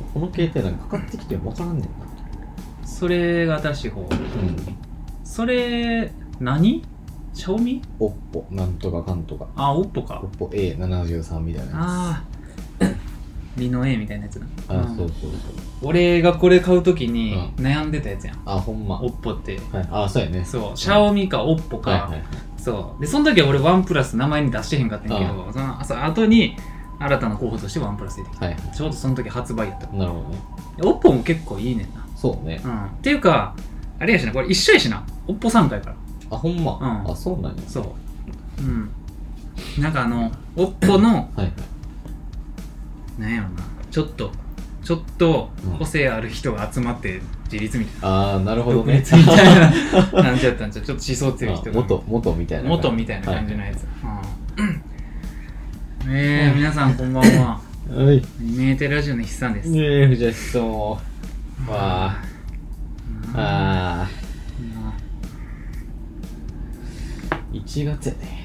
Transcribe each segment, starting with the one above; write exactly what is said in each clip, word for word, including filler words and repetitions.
この携帯なんかかかってきても分からんねんな。 それが新しい方。うん。それ何？シャオミ？ オッポなんとかかんとか。 あ、オッポか。 オッポ エーななじゅうさん みたいなやつ。 ああ。リノ A みたいなやつな。 あ、うん、そうそうそう。 俺がこれ買うときに悩んでたやつやん。 あ、ほんま。 オッポって。 はい。あ、そうやね。 そう。シャオミかオッポか。はいはい、そう。で、その時は俺ワンプラス名前に出してへんかったんやけど、その朝後に新たな候補としてワンプラス出てきた。はい、ちょうどその時発売やった。 なるほどね。 オッポも結構いいねんな。 そうね。 うん。っていうか、あれやしな、これ一緒やしな。オッポさんかやから。 あ、ほんま。 うん。 あ、そうなんや。 そう。うん。なんかあの、オッポの、はいはい。なんやろな。ちょっと、ちょっと個性ある人が集まって自立みたいな。 ああ、なるほどね。 独立みたいな感じだったんじゃ、ちょっと思想強い人が。 元、元みたいな。 元みたいな感じのやつ。はいうん、えー、皆さんこんばんは。はい。メーテラジオの筆さんです。 えー、藤井そう。わあ。ああ。いちがつやね。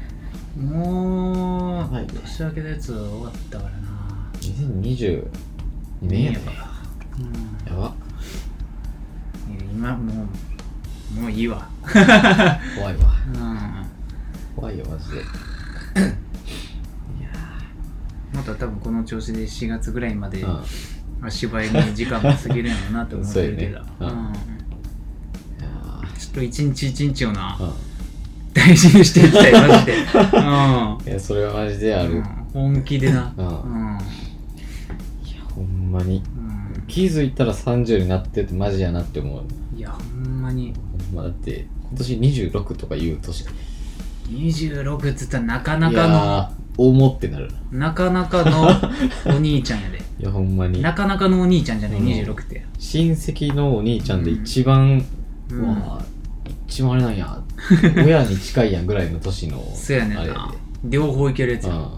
もう、はい、年明けたやつ終わったからな。 にせんにじゅうにねんやね。うん、やば。 今もうもういいわ。 怖いわ。うん、怖いよマジで。いやまた多分この調子でしがつぐらいまで、うん、芝居に時間が過ぎるんやろうなって思ってるけど。うんうん、ちょっと一日一日をな、うん、大事にしていきたいマジで。 うん、いやそれはマジである。うん、 本気でな。 うんうんいやほんまに、うん、気づいたらさんじゅうになっててマジやなって思う。 いやほんまにほんまだって今年にじゅうろくとかいう年だ。 にじゅうろくっつったらなかなかの大もってなるなかなかのお兄ちゃんやで。 いやほんまになかなかのお兄ちゃんじゃない、うん、にじゅうろくって親戚のお兄ちゃんで一番、うん、わあ一番あれなんや親に近いやんぐらいの年のそうやねんな両方いけるやつや、うんうん、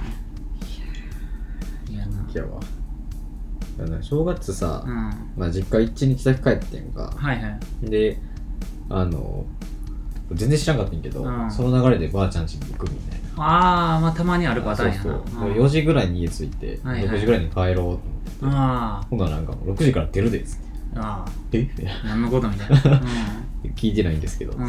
いやないやわ正月さ、うんまあ、実家一日だけ帰ってんか、 はいはい、 であの全然知らんかったんやけど、うん、その流れでばあちゃん家に行くみたいな。 ああまあたまにあるパターンやな。 そうそう、うん、よじぐらいに家着いて、はいはい、ろくじぐらいに帰ろうと思って、あ今度はなんかろくじから出るでっつってあえ何のことみたいな、うん、 聞いてないんですけど、うん、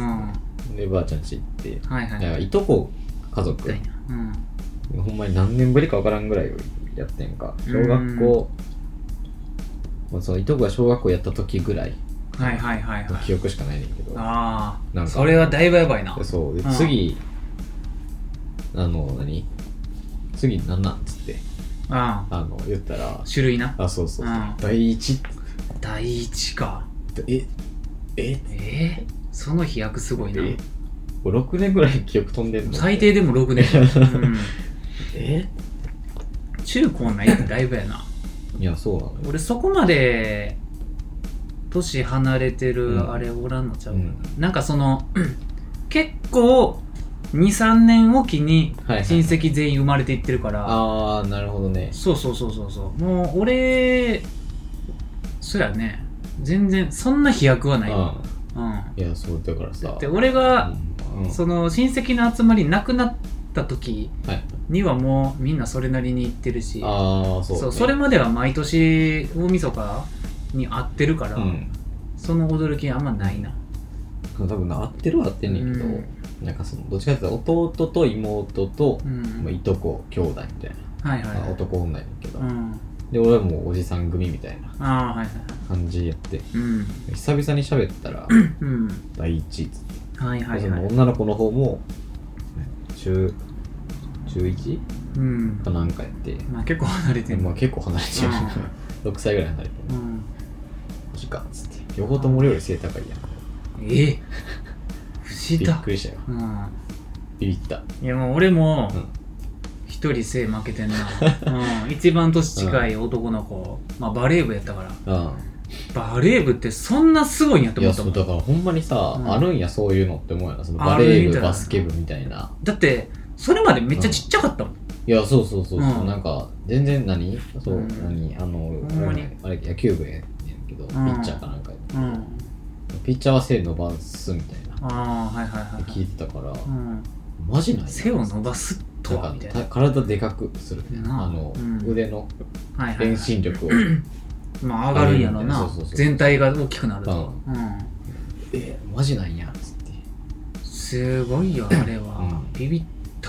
でばあちゃん家行って、はいはい、だからいとこ家族、うん、ほんまに何年ぶりか分からんぐらいやってんか小学校、うん、そのいとこが小学校やった時ぐらいはいはいはいはい記憶しかないねんけど、 ああなんかそれはだいぶやばいな。 そうで、うん、次あの何次なんなんっつってああの言ったら種類なあそうそうそう、うん、第一第一かえええその飛躍すごいな。えろくねんぐらい記憶飛んでんの最低でもろくねん、うん、 え中高ないってだいぶやな。 いやそうなのよ。 俺そこまで年離れてるあれおらんのちゃうかな、うん、なんかその結構 にさんねんおきに親戚全員生まれていってるから、はいはい、 ああなるほどね。 そうそうそうそうそうもう俺そうやね全然そんな飛躍はないわ、 うん、いやそうだからさで俺が、うんうん、その親戚の集まりなくなった時にはもうみんなそれなりに行ってるし、 あそう、ね、 そうそれまでは毎年大晦日に合ってるから、うん、その驚きあんまないな。 多分な合ってるは合ってんねんけど、うん、なんかそのどっちかっていうと弟と妹と、うん、いとこ兄弟みたいな、はいはいはい、男女やねんけど、うん、で俺はもうおじさん組みたいな感じやって、うん、久々に喋ったら、うん、第一っつって、はいはいはい、その女の子の方も中中いち、うん、かなんかやって、 まあ、結構離れてる、 まあ、結構離れてる、うん、ろくさいぐらい離れてる、うん時間っつって両方とも俺より背高いやん。 ええ藤田びっくりしたよ、うん、ビビった。 いやもう俺も一人背負けてんな、うん、一番年近い男の子、うん、まあバレー部やったから、うん、バレー部ってそんなすごいんやと思ったもん。 いやそうだからほんまにさ、うん、あるんやそういうのって思うやなそのバレー部バスケ部みたいな。 だってそれまでめっちゃちっちゃかったもん、うん、 いやそうそうそうそう、うん、なんか全然何そう、うん、何あのあれ野球部やけど、うん、ピッチャーかなんかやって、うん、ピッチャーは背伸ばすみたいな、 あ、はいはいはい、 聞いてたから、うん、 マジない背を伸ばすとはみたいな。 体でかくするね。あの、うん、腕の遠心力を、はいはいはい、 まあ上がるんやろな。そうそうそうそう、全体が大きくなると。うんうん、 えー、マジなんやつって。 すごいよあれは、うん、ビビった。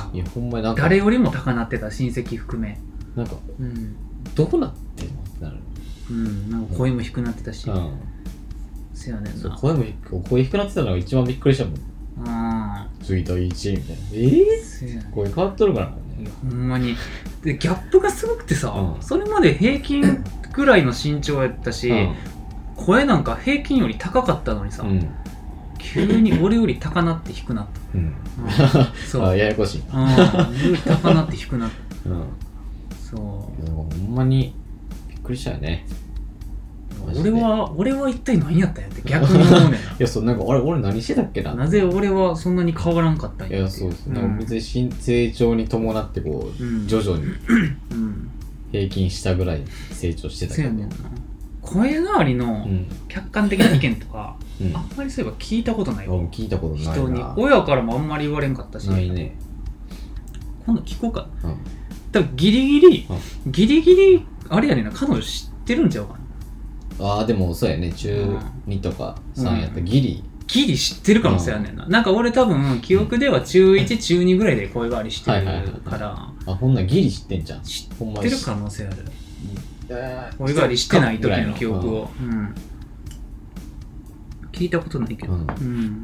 いやほんまになんか誰よりも高鳴ってた、親戚含め。 なんか、うん、どうなってんのってなる。 うん、なんか声も低くなってたし。うん、せやねんな。 声も声低くなってたのが一番びっくりしたもん。ああ。次といちみたいな。えー、声変わっとるからね。 いやほんまに。でギャップがすごくてさ、うん、それまで平均ぐらいの身長やったし、うん、声なんか平均より高かったのにさ、うん、急に俺より高なって低くなった。うん。うん、 そう。あ、ややこしい。 うん。俺より高なって低くなった。うん。そう。 ほんまにびっくりしたよね。 俺は俺は一体何やったんやって逆に思うねんな。いやそうなんか俺俺何してたっけな。 なぜ俺はそんなに変わらんかったんや。 いやそうです。うん、なんか別に成長に伴ってこう、うん、徐々に平均したぐらい成長してたけど。そうやねんな。 声変わりの客観的な意見とか、うん、あんまりそういえば聞いたことないわ。 聞いたことないな。 人に親からもあんまり言われんかったし。 ないね。 今度聞こうか。うん、多分ギリギリ、うん、ギリギリあれやねんな、彼女知ってるんちゃうかな。 ああでもそうやね、中にとかさんやったらギリ、 うん、ギリ知ってるかもしれんねんな、うん、なんか俺多分記憶では中いち、中にぐらいで声変わりしてるから、はいはいはいはい、 あほんならギリ知ってんじゃん。 知ってる可能性ある、うん、声変わりしてない時の記憶を、うん、聞いたことないけど、うんうん、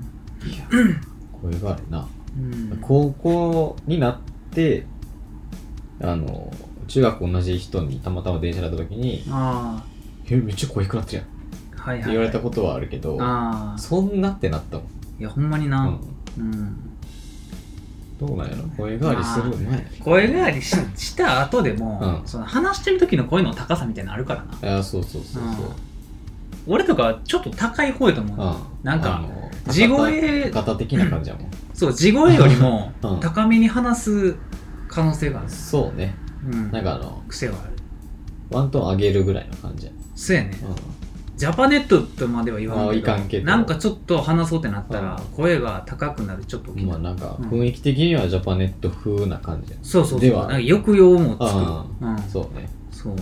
いや声変わりな、うん、高校になってあの中学同じ人にたまたま電車だった時にあえめっちゃ声低くなってるやん、はいはいはい、って言われたことはあるけど、あそんなってなったもん。 いやほんまにな、うんうん、 どうなんやろ、声変わりする前、 声変わり し, した後でも、うん、その話してる時の声の高さみたいなのあるからな。 いやそうそうそうそう、うん、 俺とかちょっと高い方やと思う、うん、なんか地声型的な感じやもんそう地声よりも高めに話す可能性がある、うん、 そうね、うん、なんかあの癖はある、 ワントーン上げるぐらいの感じや。 そうやね、うん、ジャパネットとまでは言わないけど、けどなんかちょっと話そうってなったら声が高くなる、ちょっと大きい、 まあなんか雰囲気的にはジャパネット風な感じや、 うん、そうそうそう、ではなんか抑揚もつく、 うん、そうね、 そう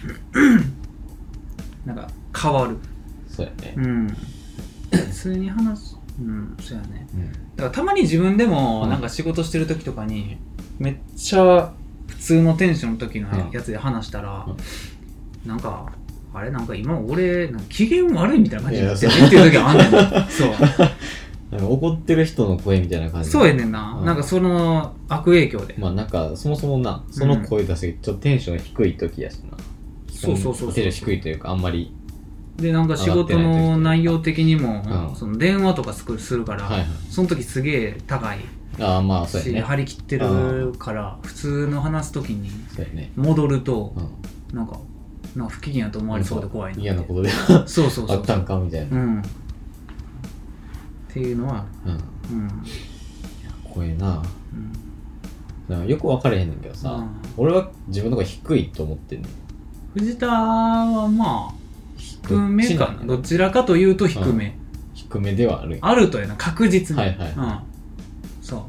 なんか変わる、 そうやね、 うん普通に話す、うんそうやね、うん、だからたまに自分でもなんか仕事してる時とかにめっちゃ普通のテンションの時のやつで話したら、うん、なんかあれなんか今俺なんか機嫌悪いみたいな感じになってるっていう時あんねんなそうなんか怒ってる人の声みたいな感じ。 そうやねんな、うん、なんかその悪影響で、 まあなんかそもそもなその声出してちょっとテンション低い時やしな、 うん、そうそうそうそう、 テンション低いというかあんまりでなんか仕事の内容的にも、うん、その電話とかするから、はいはい、その時すげえ高いああまあそうやね、 張り切ってるから普通の話す時に戻ると、うん、なんかなんか不機嫌やと思われそうで怖いな、 嫌なことでそうそうそうあったんかみたいな、うん、 っていうのは、うんうん、いや怖いな、うん、よく分かれへんねんけどさ、うん、俺は自分の方が低いと思ってんの。 藤田はまあ低めかな、どちらかというと低め、うん、 低めではあるあるというのは確実に、 はいはい、うん、 そう、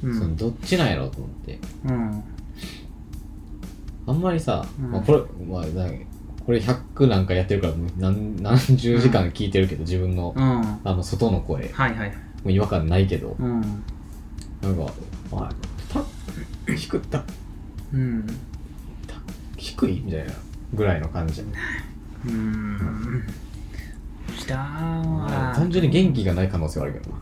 うん、そのどっちなんやろうと思って、うん、あんまりさ、うん、まあ、これ、まあ、これひゃくなんかやってるから何、何十時間聞いてるけど、うん、自分の、うん、あの外の声、はいはい、もう違和感ないけど、うん、なんか、あ、た低った、うん、低いみたいなぐらいの感じ。うーん。 下は単純に元気がない可能性はあるけど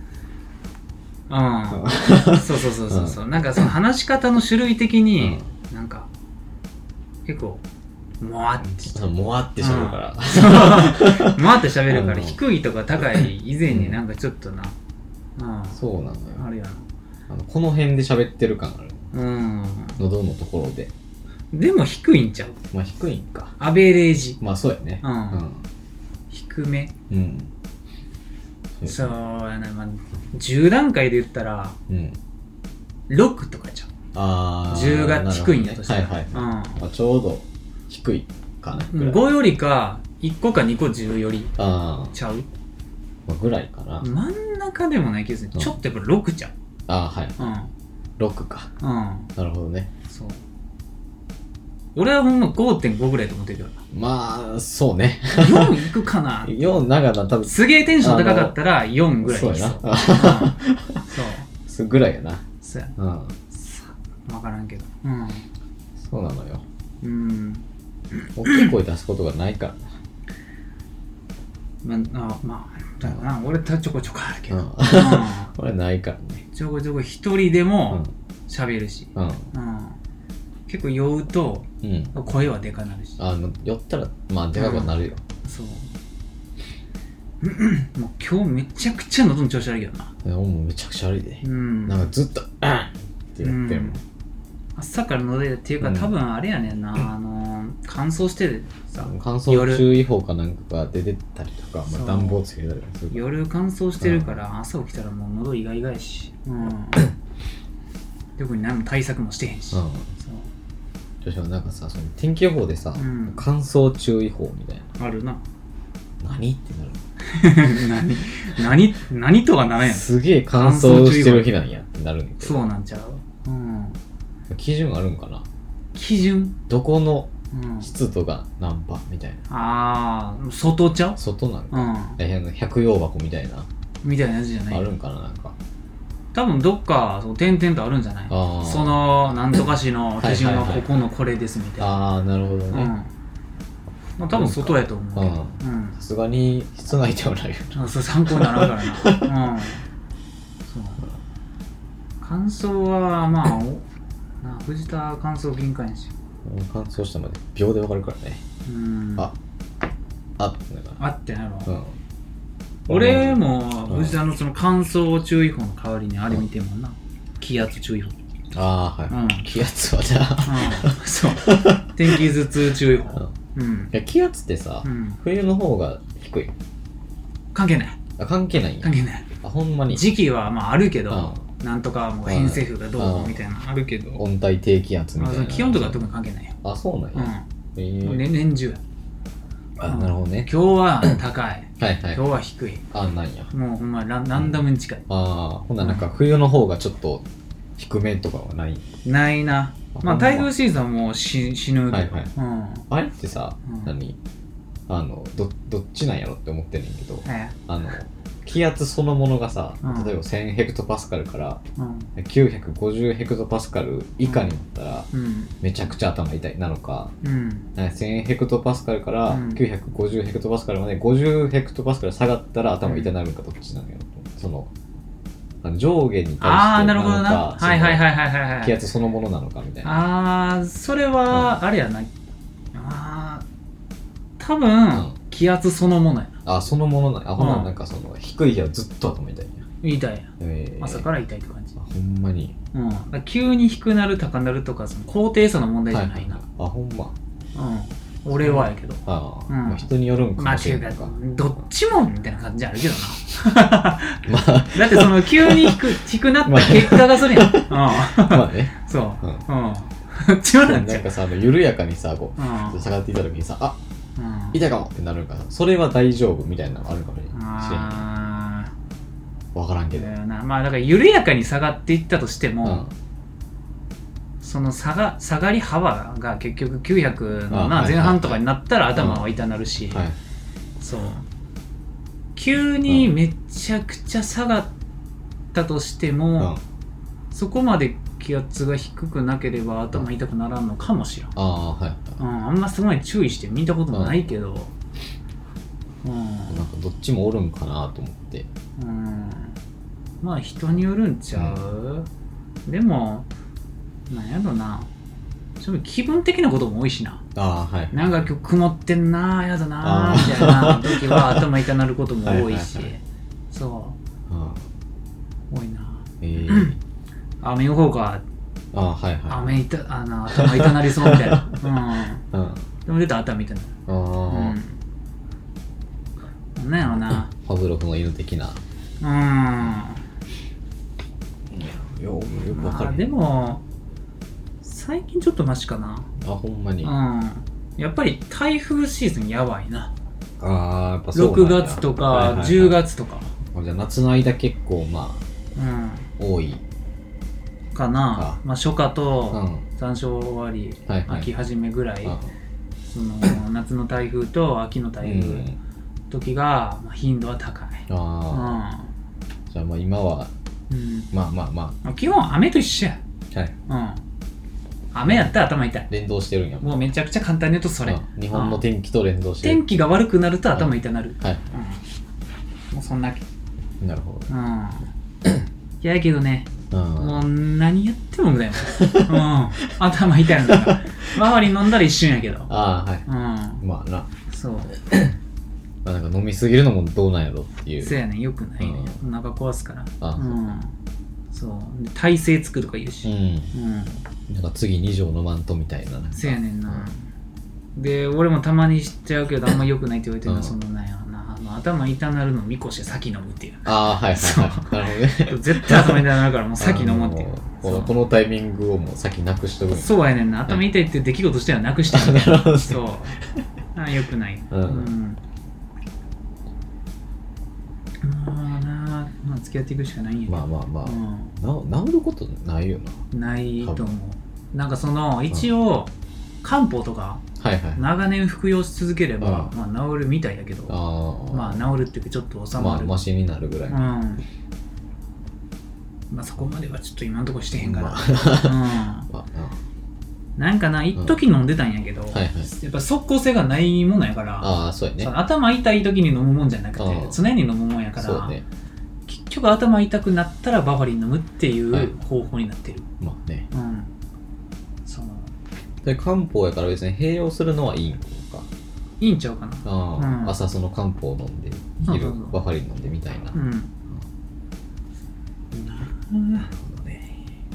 な。うん。そうそうそうそうそう、うん。なんかその話し方の種類的に、うん、なんか結構もわってもわって喋るから。 うん、もわって喋るから低いとか高い以前になんかちょっとな。 うん。そうなんだよ。 あるやん。 あのこの辺で喋ってる感ある。うん。喉のところで。 でも低いんちゃう。 まあ低いんか。 アベレージ。 まあそうやね。うん。うん、 低め。うん。そうやな、まあじゅう段階で言ったら、うん、ろくとかちゃう。ああ。じゅうが低いんやとしたら。はいはい。うん。まあ、ちょうど低いかな。 ごよりかいっこかにこじゅうよりちゃう。 まあ、ぐらいかな。 真ん中でもないけど、ちょっとやっぱろくちゃう。 ああはい、 うん、 ろくか、 うん、 なるほどね。 そう。俺はほんま ごてんご ぐらいと思ってるけどな。 まあそうねよんいくかなよん長田多分すげえテンション高かったらよんぐらいいきそう。そうやな、うん、 そうぐらいやな。 そうや、うん、分からんけど、うん、 そうなのよ。 うん、 大きい声出すことがないからな。まあまあだからな、俺とちょこちょこあるけど、うん、 俺ないからね。 ちょこちょこ一人でも喋るし、うんうん、結構酔うと声はでかなるし、 うん、あの酔ったらまあでかくなるよ、 うん、そうもう今日めちゃくちゃ喉の調子悪いけどな。 いやもうめちゃくちゃ悪いで、うん、なんかずっと「うん!」ってやってるもん、うん、朝から喉痛いっていうか、うん、多分あれやねんな、あのー、乾燥しててさ、 乾燥注意報かなんかが出てたりとか、まあ、暖房つけたりする。 夜乾燥してるから朝起きたらもう喉イガイガやし、うん、特に何も対策もしてへんし、うん、 そう。なんかさ、その天気予報でさ、うん、乾燥注意報みたいなあるな。 何ってなる何何何とはならんやん。 すげえ乾燥してる日なんやってなるんで。 そうなんちゃう、うん、 基準あるんかな。 基準どこの湿度が何パみたいな、うん、 ああ外ちゃう外なんか、うん、百葉箱みたいなみたいなやつじゃない。 あるんかな。なんか多分どっかそう点々とあるんじゃない。そのなんとかしの基準はここのこれですみたいな。 ああなるほどね、うん、 まあ、多分外やと思うけど、 さすがに室内ではないよな。そう参考にならんからな、うん、そう乾燥はまあな藤田乾燥敏感やし、 乾燥したまで秒でわかるからね。うん、ああってなるあってなるわ、うん、俺も藤田のその乾燥注意報の代わりにあれ見てるもんな、気圧注意報。 ああはい、うん、気圧はじゃあ、 うん、そう天気頭痛注意報、 うん、いや気圧ってさ、うん、冬の方が低い。 関係ない。 あ関係ないんや。 関係ない。 あほんまに時期はまああるけど、うん、なんとかもう偏西風がどうみたいなあるけど、 温帯低気圧みたいな気温とか特に関係ないよ。 あそうなんや、うんえー、ね、年中や。 あ、うん、なるほどね。 今日は高いはい、はい、今日は低い。 あなんやもうほんまランダムに近い、 うん、ああほんならなんか冬の方がちょっと低めとかはないないな。まあ台風シーズンはもう死ぬけど、はいはいうん、 あれってさ、うん、何あの ど, どっちなんやろって思ってんねんけど、ええ、あの気圧そのものがさ、うん、例えばせんヘクトパスカルから、うん、きゅうひゃくごじゅうヘクトパスカル以下になったら、うん、めちゃくちゃ頭痛いなのか、うん、せんヘクトパスカルからきゅうひゃくごじゅうヘクトパスカルまでごじゅうヘクトパスカル下がったら頭痛くなるのかどっちなのよ、うん、その上下に対してなのか、 なはいはいはいはいはい、 気圧そのものなのかみたいな。 ああそれはあれやな、うん、あ多分、うん、気圧そのものやな。 あそのものなんや。あほんならなんかその低い日はずっと頭痛いんや。 痛いや、えー、朝から痛いって感じ。 あほんまに、 うん、だ急に低くなる高なるとかその高低差の問題じゃないな、はい、 あほんまうん俺はやけどあ、うんまあ、人によるんかもしれないか、まあ、 どっちもみたいな感じあるけどな、まあ、だってその急に低く低くなった結果がそれやん、うん、まあねそう、うんうんどっちもなんちゃう。 なんかさ緩やかにさこう、うん、下がっていた時にさあ、うん、痛いかもってなるからそれは大丈夫みたいなのがあるかもしれない分からんけどな。まあだから緩やかに下がっていったとしても、うん、その下が下がり幅が結局きゅうひゃくのな前半とかになったら頭は痛なるし、はい、そう急にめちゃくちゃ下がったとしても、うん、そこまで気圧が低くなければ頭痛くならんのかもしれん。 ああはい、 うん、あんますごい注意して見たこともないけど、 うん、なんかどっちもおるんかなと思って、 うん、まあ人によるんちゃう、うん、でもなんやろなちょっと気分的なことも多いしな。 あ、はい、 なんか今日曇ってんなやだなみたいな時は頭痛なることも多いしはいはい、はい、そう多いな、えー、雨予報があ、はいはい、 雨痛あの頭痛なりそうみたいな、うんうん、でも出たら頭痛なる。あ、うん、なんやろなパブロフの犬的な。 うんよく分かる、まあ、でも最近ちょっとマシかな。 あほんまに、 うん、やっぱり台風シーズンやばいな。 あやっぱそうなんや。ろくがつとかじゅうがつとか、 じゃあ夏の間結構まあ、うん、多いかな。まあ初夏と残暑終わり、はいはい、秋始めぐらい、その夏の台風と秋の台風、うん、時が、まあ、頻度は高い。 あ、うん、じゃあまあ今は、うん、まあまあまあ基本雨と一緒や。はい、うん、雨やったら頭痛い。 連動してるんや。 もうめちゃくちゃ簡単に言うとそれ。ああ、日本の天気と連動してる。 天気が悪くなると頭痛なる。はい、うん、もうそんだけ。 なるほど。うん。 いやけどね、うん、もう何やっても無駄やもん。うん。頭痛いのが。周り飲んだら一瞬やけど。 ああ、はい。うん。まあな。 そう。 まあなんか飲みすぎるのもどうなんやろっていう。 そうやね、よくないね。お腹壊すから。ああ、うん。そう。体勢つくとか言うし。うん。 うん。なんか次に錠飲まんとみたいな。 そうやねんな。うん、で、俺もたまに知っちゃうけど、あんま良くないって言われてるのは、そのなんやろな。あの頭痛なるのを見越して先飲むっていう。 ああ、はいはいはい。なるほどね。 絶対頭痛なるからもう先飲むっていう。 この、このタイミングをもう先なくしとく。 そうやねんな。頭痛いっていう出来事してはなくしてるみたいな。そう。ああ、良くない。うん。うんまあな、まあ、付き合っていくしかないんやけど。 まあまあまあ、うん、な治ることないよな。ないと思う。なんかその一応、うん、漢方とか、はいはい、長年服用し続ければ、うん、まあ、治るみたいだけど、あまあ治るっていうかちょっと収まる。 まあマシになるぐらい。うん。 まあそこまではちょっと今のところしてへんから。まあ、うん。まあなんかな、一時飲んでたんやけど、うんはいはい、やっぱ即効性がないものやから、 あそうやね、 頭痛い時に飲むもんじゃなくて、常に飲むもんやから、ね、結局頭痛くなったらバファリン飲むっていう方法になってる。はい、まあね。うん。 そう。で、漢方やから別に併用するのはいいんか。 いいんちゃうかな。 あ、うん、朝その漢方を飲んで、昼バファリン飲んでみたいな。うん。なるほどね。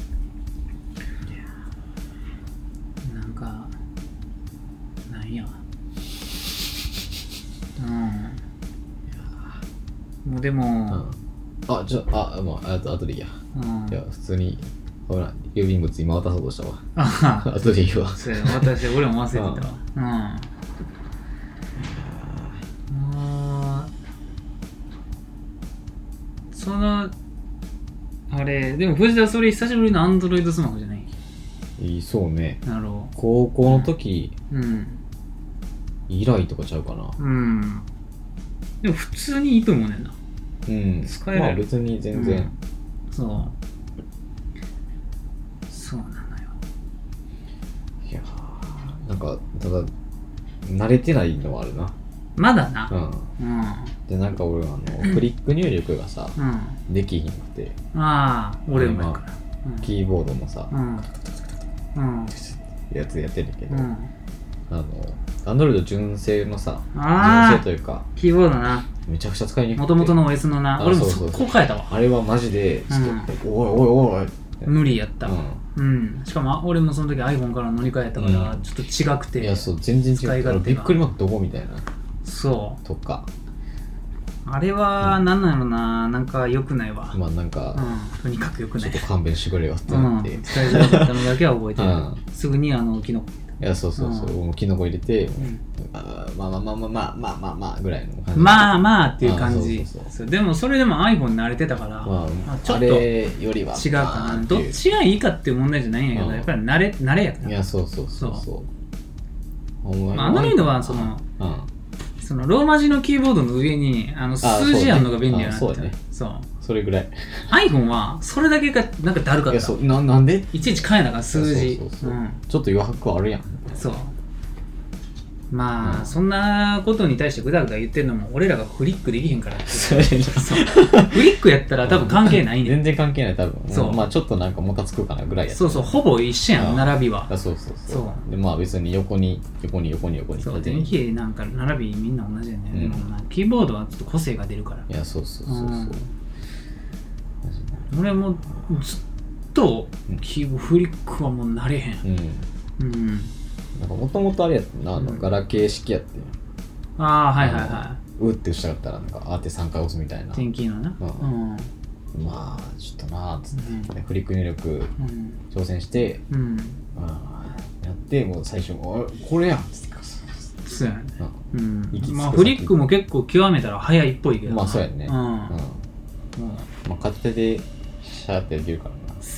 もうでも、 うん、あ、じゃあ、あ、まあ、あと、あとでいいや。うん、いや、普通に、ほら、郵便物今渡そうとしたわ。ああとでいいわ。 そうや、私、俺も忘れてたわ。うん。あその、あれ、でも藤田それ久しぶりのアンドロイドスマホじゃない？ いい、そうね。 なるほど。 高校の時、うん。以来とかちゃうかな。 うん。でも普通にいいと思うねんな。 うん。使える。まあ別に全然。うん、そう。 そうなのよ。 いやー、なんか、ただ、慣れてないのはあるな。 まだな。 うん。うん、で、なんか俺はあの、クリック入力がさ、うん、できひんくて。 ああ、俺もやから。 うん、キーボードもさ、うん。うん。やつやってるけど、うん、あの、アンドロイド純正のさ、純正というか、 キーボードな。 めちゃくちゃ使いにくくて。 もともとの オーエス のな、俺もそこ変えたわ。 あれはマジで、ちょっと、うん、おいおいおい。 無理やった。うん。うん、しかも俺もその時 iPhone から乗り換えたから、ちょっと違くて。 いや、そう、全然違う。びっくりマークどこみたいな。 そう。 とか。 あれは、なんなのな、なんか良くないわ。 まあなんか、 うん、とにかく良くない。 ちょっと勘弁してくれよってなって。 うん、使いづらかったのだけは覚えてる。うん、すぐにあの、キノコ。 いや、そうそうそう。うん、もうキノコ入れて、うん、あまあまあまあまあまあまあまあまあぐらいの感じ。 まあまあっていう感じ。でもそれでも iPhone に慣れてたから、 まあ、ちょっと違うかな。どっちがいいかっていう問題じゃないんやけど、うん、やっぱり慣れ、慣れやから。 いや、そうそうそうそう。 まあ、アンドロイドはその、うん、そのローマ字のキーボードの上にあの数字あるのが便利やなって。 そうね。そう。それぐらい。 iPhone はそれだけがなんかだるかった。いや、 そう。な、なんでいちいち変えながら数字。 そうそうそうそう、うん。ちょっと余白あるやん。 そう。まあ、うん、そんなことに対してグダグダ言ってるのも俺らがフリックできへんからってそうフリックやったら多分関係ないね、 うん、全然関係ない多分そう、まあちょっとなんかもたつくかなぐらいやった、 そうそうほぼ一緒やん並びは。 あそうそうそうそうでまあ別に横に横に横に横にそう電気なんか並びみんな同じやね、うん、でもキーボードはちょっと個性が出るから。 いやそうそうそうそう、うん、 俺もずっとキーボードフリックはもう慣れへん。うん、うんなんかもともとあれやったな、あのガラケー式やって、 うん、ああはいはいはい。 うって押したかったらなんかあーってさんかい押すみたいな。 天気のな。うん。 うん、まあちょっとなーっつって、うん、フリック入力挑戦して、うん、あやってもう最初もこれやんっつって。 そうやね。うん。うん、まあフリックも結構極めたら早いっぽいけど。 まあそうやね。うん。うん。まあ片手でシャーってできるからな。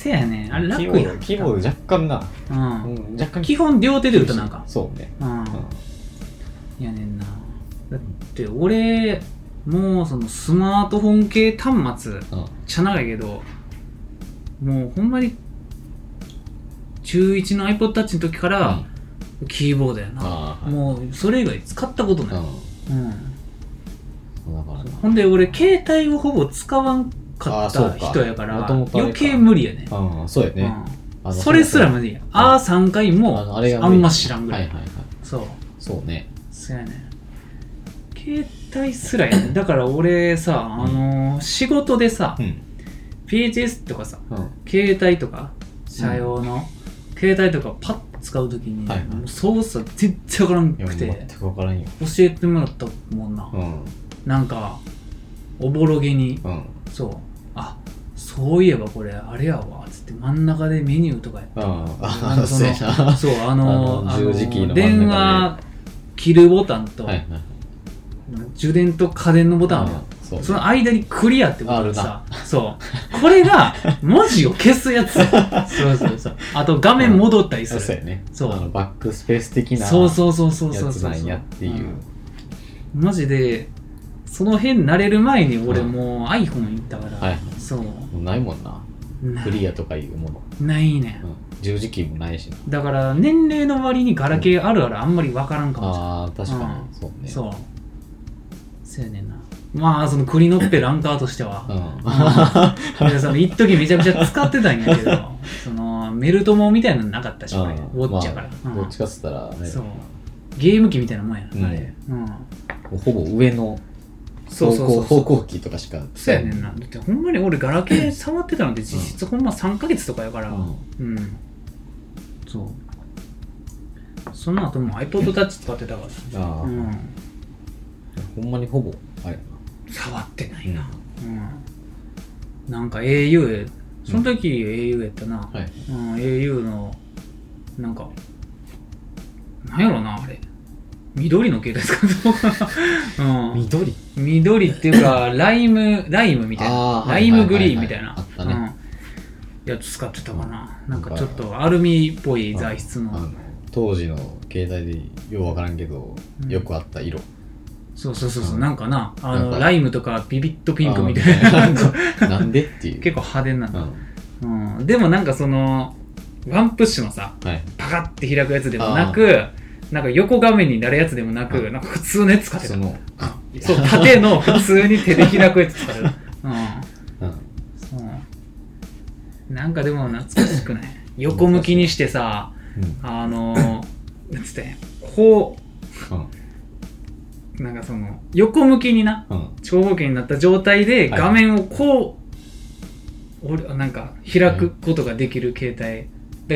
せやねあれ楽やん。 キーボード若干な、 うん、うん、若干基本両手で打ったなんかそうね、 うん、うん、やねんな。だって俺もうそのスマートフォン系端末、うん、ちゃ長いけどもうほんまに中いちの iPod Touch の時から、うん、キーボードやな、はい、もうそれ以外使ったことない、うんうん、だからほんで俺携帯をほぼ使わんかった人やから余計無理やね。 ああそうやね、 うん、それすら無理や。ああさんかいも あ, あんま知らんぐらい、はいはいはい、そうそうねそうやね。携帯すらやね。だから俺さ、あのー、仕事でさ、うん、ピーエイチエス とかさ、うん、携帯とか社用の、うん、携帯とかパッと使うときに、はいはい、もう操作全然わからんくて、 全く分からんよ。 教えてもらったもんな、うん、なんかおぼろげに、うん、そうあそういえばこれあれやわつって真ん中でメニューとかやった、うん、ああそうやなそうあのあの電話切るボタンと、はいはい、充電と家電のボタンあるやん、そ, その間にクリアってことでさ、そうこれが文字を消すやつそうそうそう。あと画面戻ったりする、うん、そうやね。そうあのバックスペース的なやつなんやっていう。マジでその辺慣れる前に俺もう iPhone 行ったから、はい、そうないもんなクリアとかいうものないね、 うん、十字キーもないしな。 だから年齢の割にガラケーあるあるあんまり分からんかもしれない、うん、 あー確かに、うん、そうねそうそうやねんな。まあその栗のっぺランカーとしては、うんうん、その一時めちゃくちゃ使ってたんやけどそのメルトモみたいなのなかったし、うん、ウォッチやから、 まあ、 うん、 どっちかっつったら、ね、 そうゲーム機みたいなもんや、うん、あれ、うん、 ほぼ上のそうそうそう方向機とかしかそうやねんな。だってほんまに俺ガラケー触ってたのって実質ほんまさんかげつとかやから、うん、うん、そうその後も iPod Touch 使ってたから、あ、うん、 ほんまにほぼあれ触ってないな、うんうん、なんか エーユー その時 エーユー やったな、はい、うん、エーユー のなんかなんやろなあれ緑の携帯使ってた、うん、 緑緑っていうかライムライムみたいなライムグリーンみたいな、はいはいはいはい、うん、やつ使ってたかな。なんかちょっとアルミっぽい材質の、 あの当時の携帯でようわからんけど、うん、よくあった色。 そうそうそうそう、うん、なんかなあのライムとかビビットピンクみたいななんでっていう結構派手なんだ、うんうん、でもなんかそのワンプッシュのさ、はい、パカッて開くやつでもなくなんか横画面になるやつでもなく、うん、なんか普通のやつ使ってた。そのそう縦の普通に手で開くやつ使ってた、うんうん、そうなんかでも懐かしくない横向きにしてさ、うん、あのなんつってこう、うん、なんかその横向きにな、うん、長方形になった状態で画面をこう、はい、なんか開くことができる携帯だから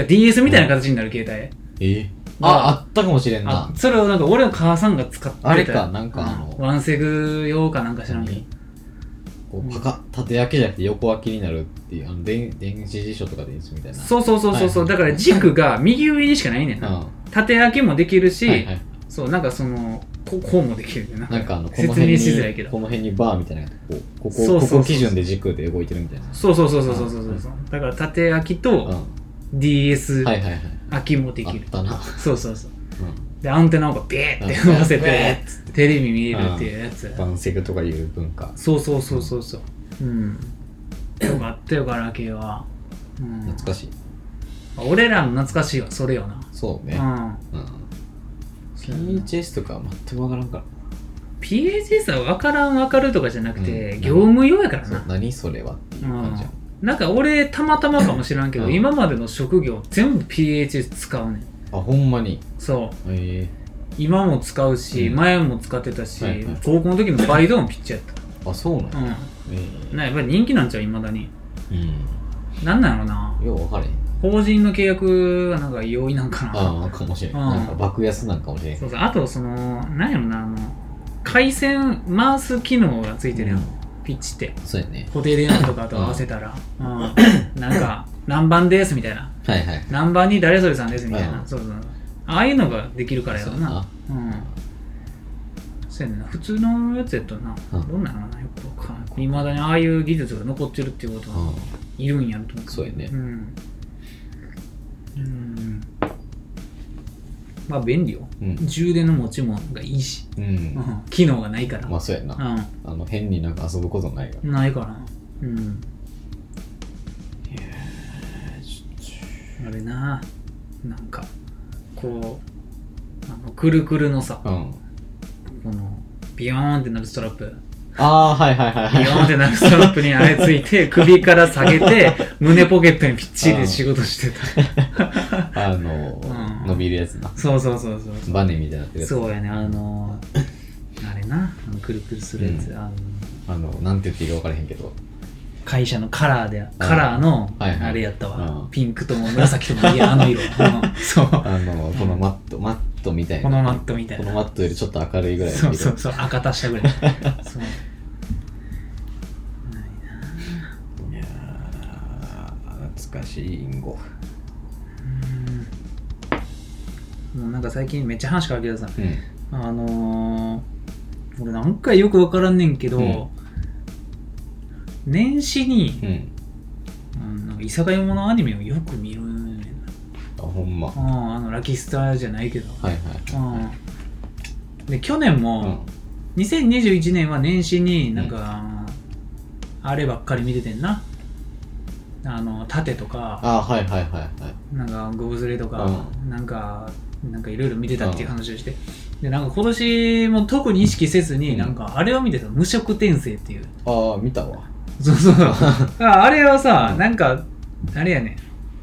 ディーエス みたいな形になる携帯、 えーあ、あったかもしれんな。 それをなんか俺の母さんが使ってた。 あれか、なんかあの、 ワンセグ用かなんか知らんけど。 こうパカッ、縦開けじゃなくて横開きになるっていう、あの電電子辞書とかでいいみたいな。 そうそうそうそうそう、はい、だから軸が右上にしかないねんな。うん、縦開けもできるし、はいはい、そうなんかそのここうもできるね。 なんかあのこの辺に説明しづらいけど、この辺にバーみたいなこうここそうそうそうそうここ基準で軸で動いてるみたいな。 そうそうそうそうそうそうそう。だから縦開きと ディーエス 開きもできる。 あったな。 そうそうそう。でアンテナをビーって乗せてテレビ見れるっていうやつ。 バンセグとかいう文化。 そうそうそうそうそう。うん。よかったよガラケーは。 うん、懐かしい。 俺らの懐かしいはそれよな。 そうね。うん。うん、ピーエイチエス とか全くわからんから。 ピーエイチエス はわからんわかるとかじゃなくて、うん、業務用やからな。 何それはっていう感じや。 うん、なんか俺たまたまかもしらんけど、うん、今までの職業全部 ピーエイチエス 使うねん。 あ、ほんまに。 そう、 えー、 今も使うし、うん、前も使ってたし、はいはい、高校の時のバイトもピッチやった。 あ、そうなの、うん、 えー、なやっぱり人気なんちゃう未だに、うん、なんなんやろな、 よう分かれへん。 法人の契約はなんか容易なんかな。 ああ、かもしれない、うん、なんか爆安なんかもしれない。 そうそう、あとそのなんやろな、あの回線回す機能がついてるやん、うん、ピッチって。 そうやね、 固定電話とかと合わせたら、うんうん、なんか何番ですみたいな、 はいはい、 何番に誰それさんですみたいな、そうそう、ああいうのができるからやろな。うん。そうやねんな。普通のやつやったらな、うん、どんなのかな、よくわかんない。未だにああいう技術が残ってるっていうことは、 いるんやと思って。 そうやね。 うん。うん。まあ便利よ、うん、充電の持ちもがいいし、うんうん、機能がないから。 まあそうやな、うん、あの変になんか遊ぶことないからないからな。うん。いやあれな、なんかこうあのくるくるのさ、うん、このビヨーンってなるストラップ、 ああはいはいはいはい、 ビヨーンってなるストラップにあれついて首から下げて胸ポケットにぴっちり仕事してたあの、うん、伸びるやつな。 そうそうそうそう、 バネみたいになってるやつ。 そうやね、あのあれな、あのくるくるするやつ、うん、あのあのなんて言っていいか分からへんけど、 会社のカラーで、カラーのあれやったわ、はいはい、ピンクとも紫ともいやあの色そう、 あのこのマット、うん、マットみたいな、 このマットみたいな、 このマットよりちょっと明るいぐらいの色、そうそうそう、赤足したぐらいそうないな。 いや懐かしいインゴ。 うん、もうなんか最近めっちゃ話変わるけどさ、うん、あのー、俺なんかよく分からんねんけど、うん年始に、うん、なんか居酒屋ものアニメをよく見るねんな。 あ、ほんま。 ああのラキスタじゃないけど。 はいはい。 うん、で去年も、うん、にせんにじゅういちねんは年始になんか、うん、あればっかり見ててんな。あの盾とか、 あ、はいはいはいはい。 なんかゴブズレとか、うん、なんかなんかいろいろ見てたっていう話をして。うん、でなんか今年も特に意識せずに、うん、なんかあれを見てた、無色転生っていう。 ああ見たわ。 そうそうあ, あれはさ、なんかあれやね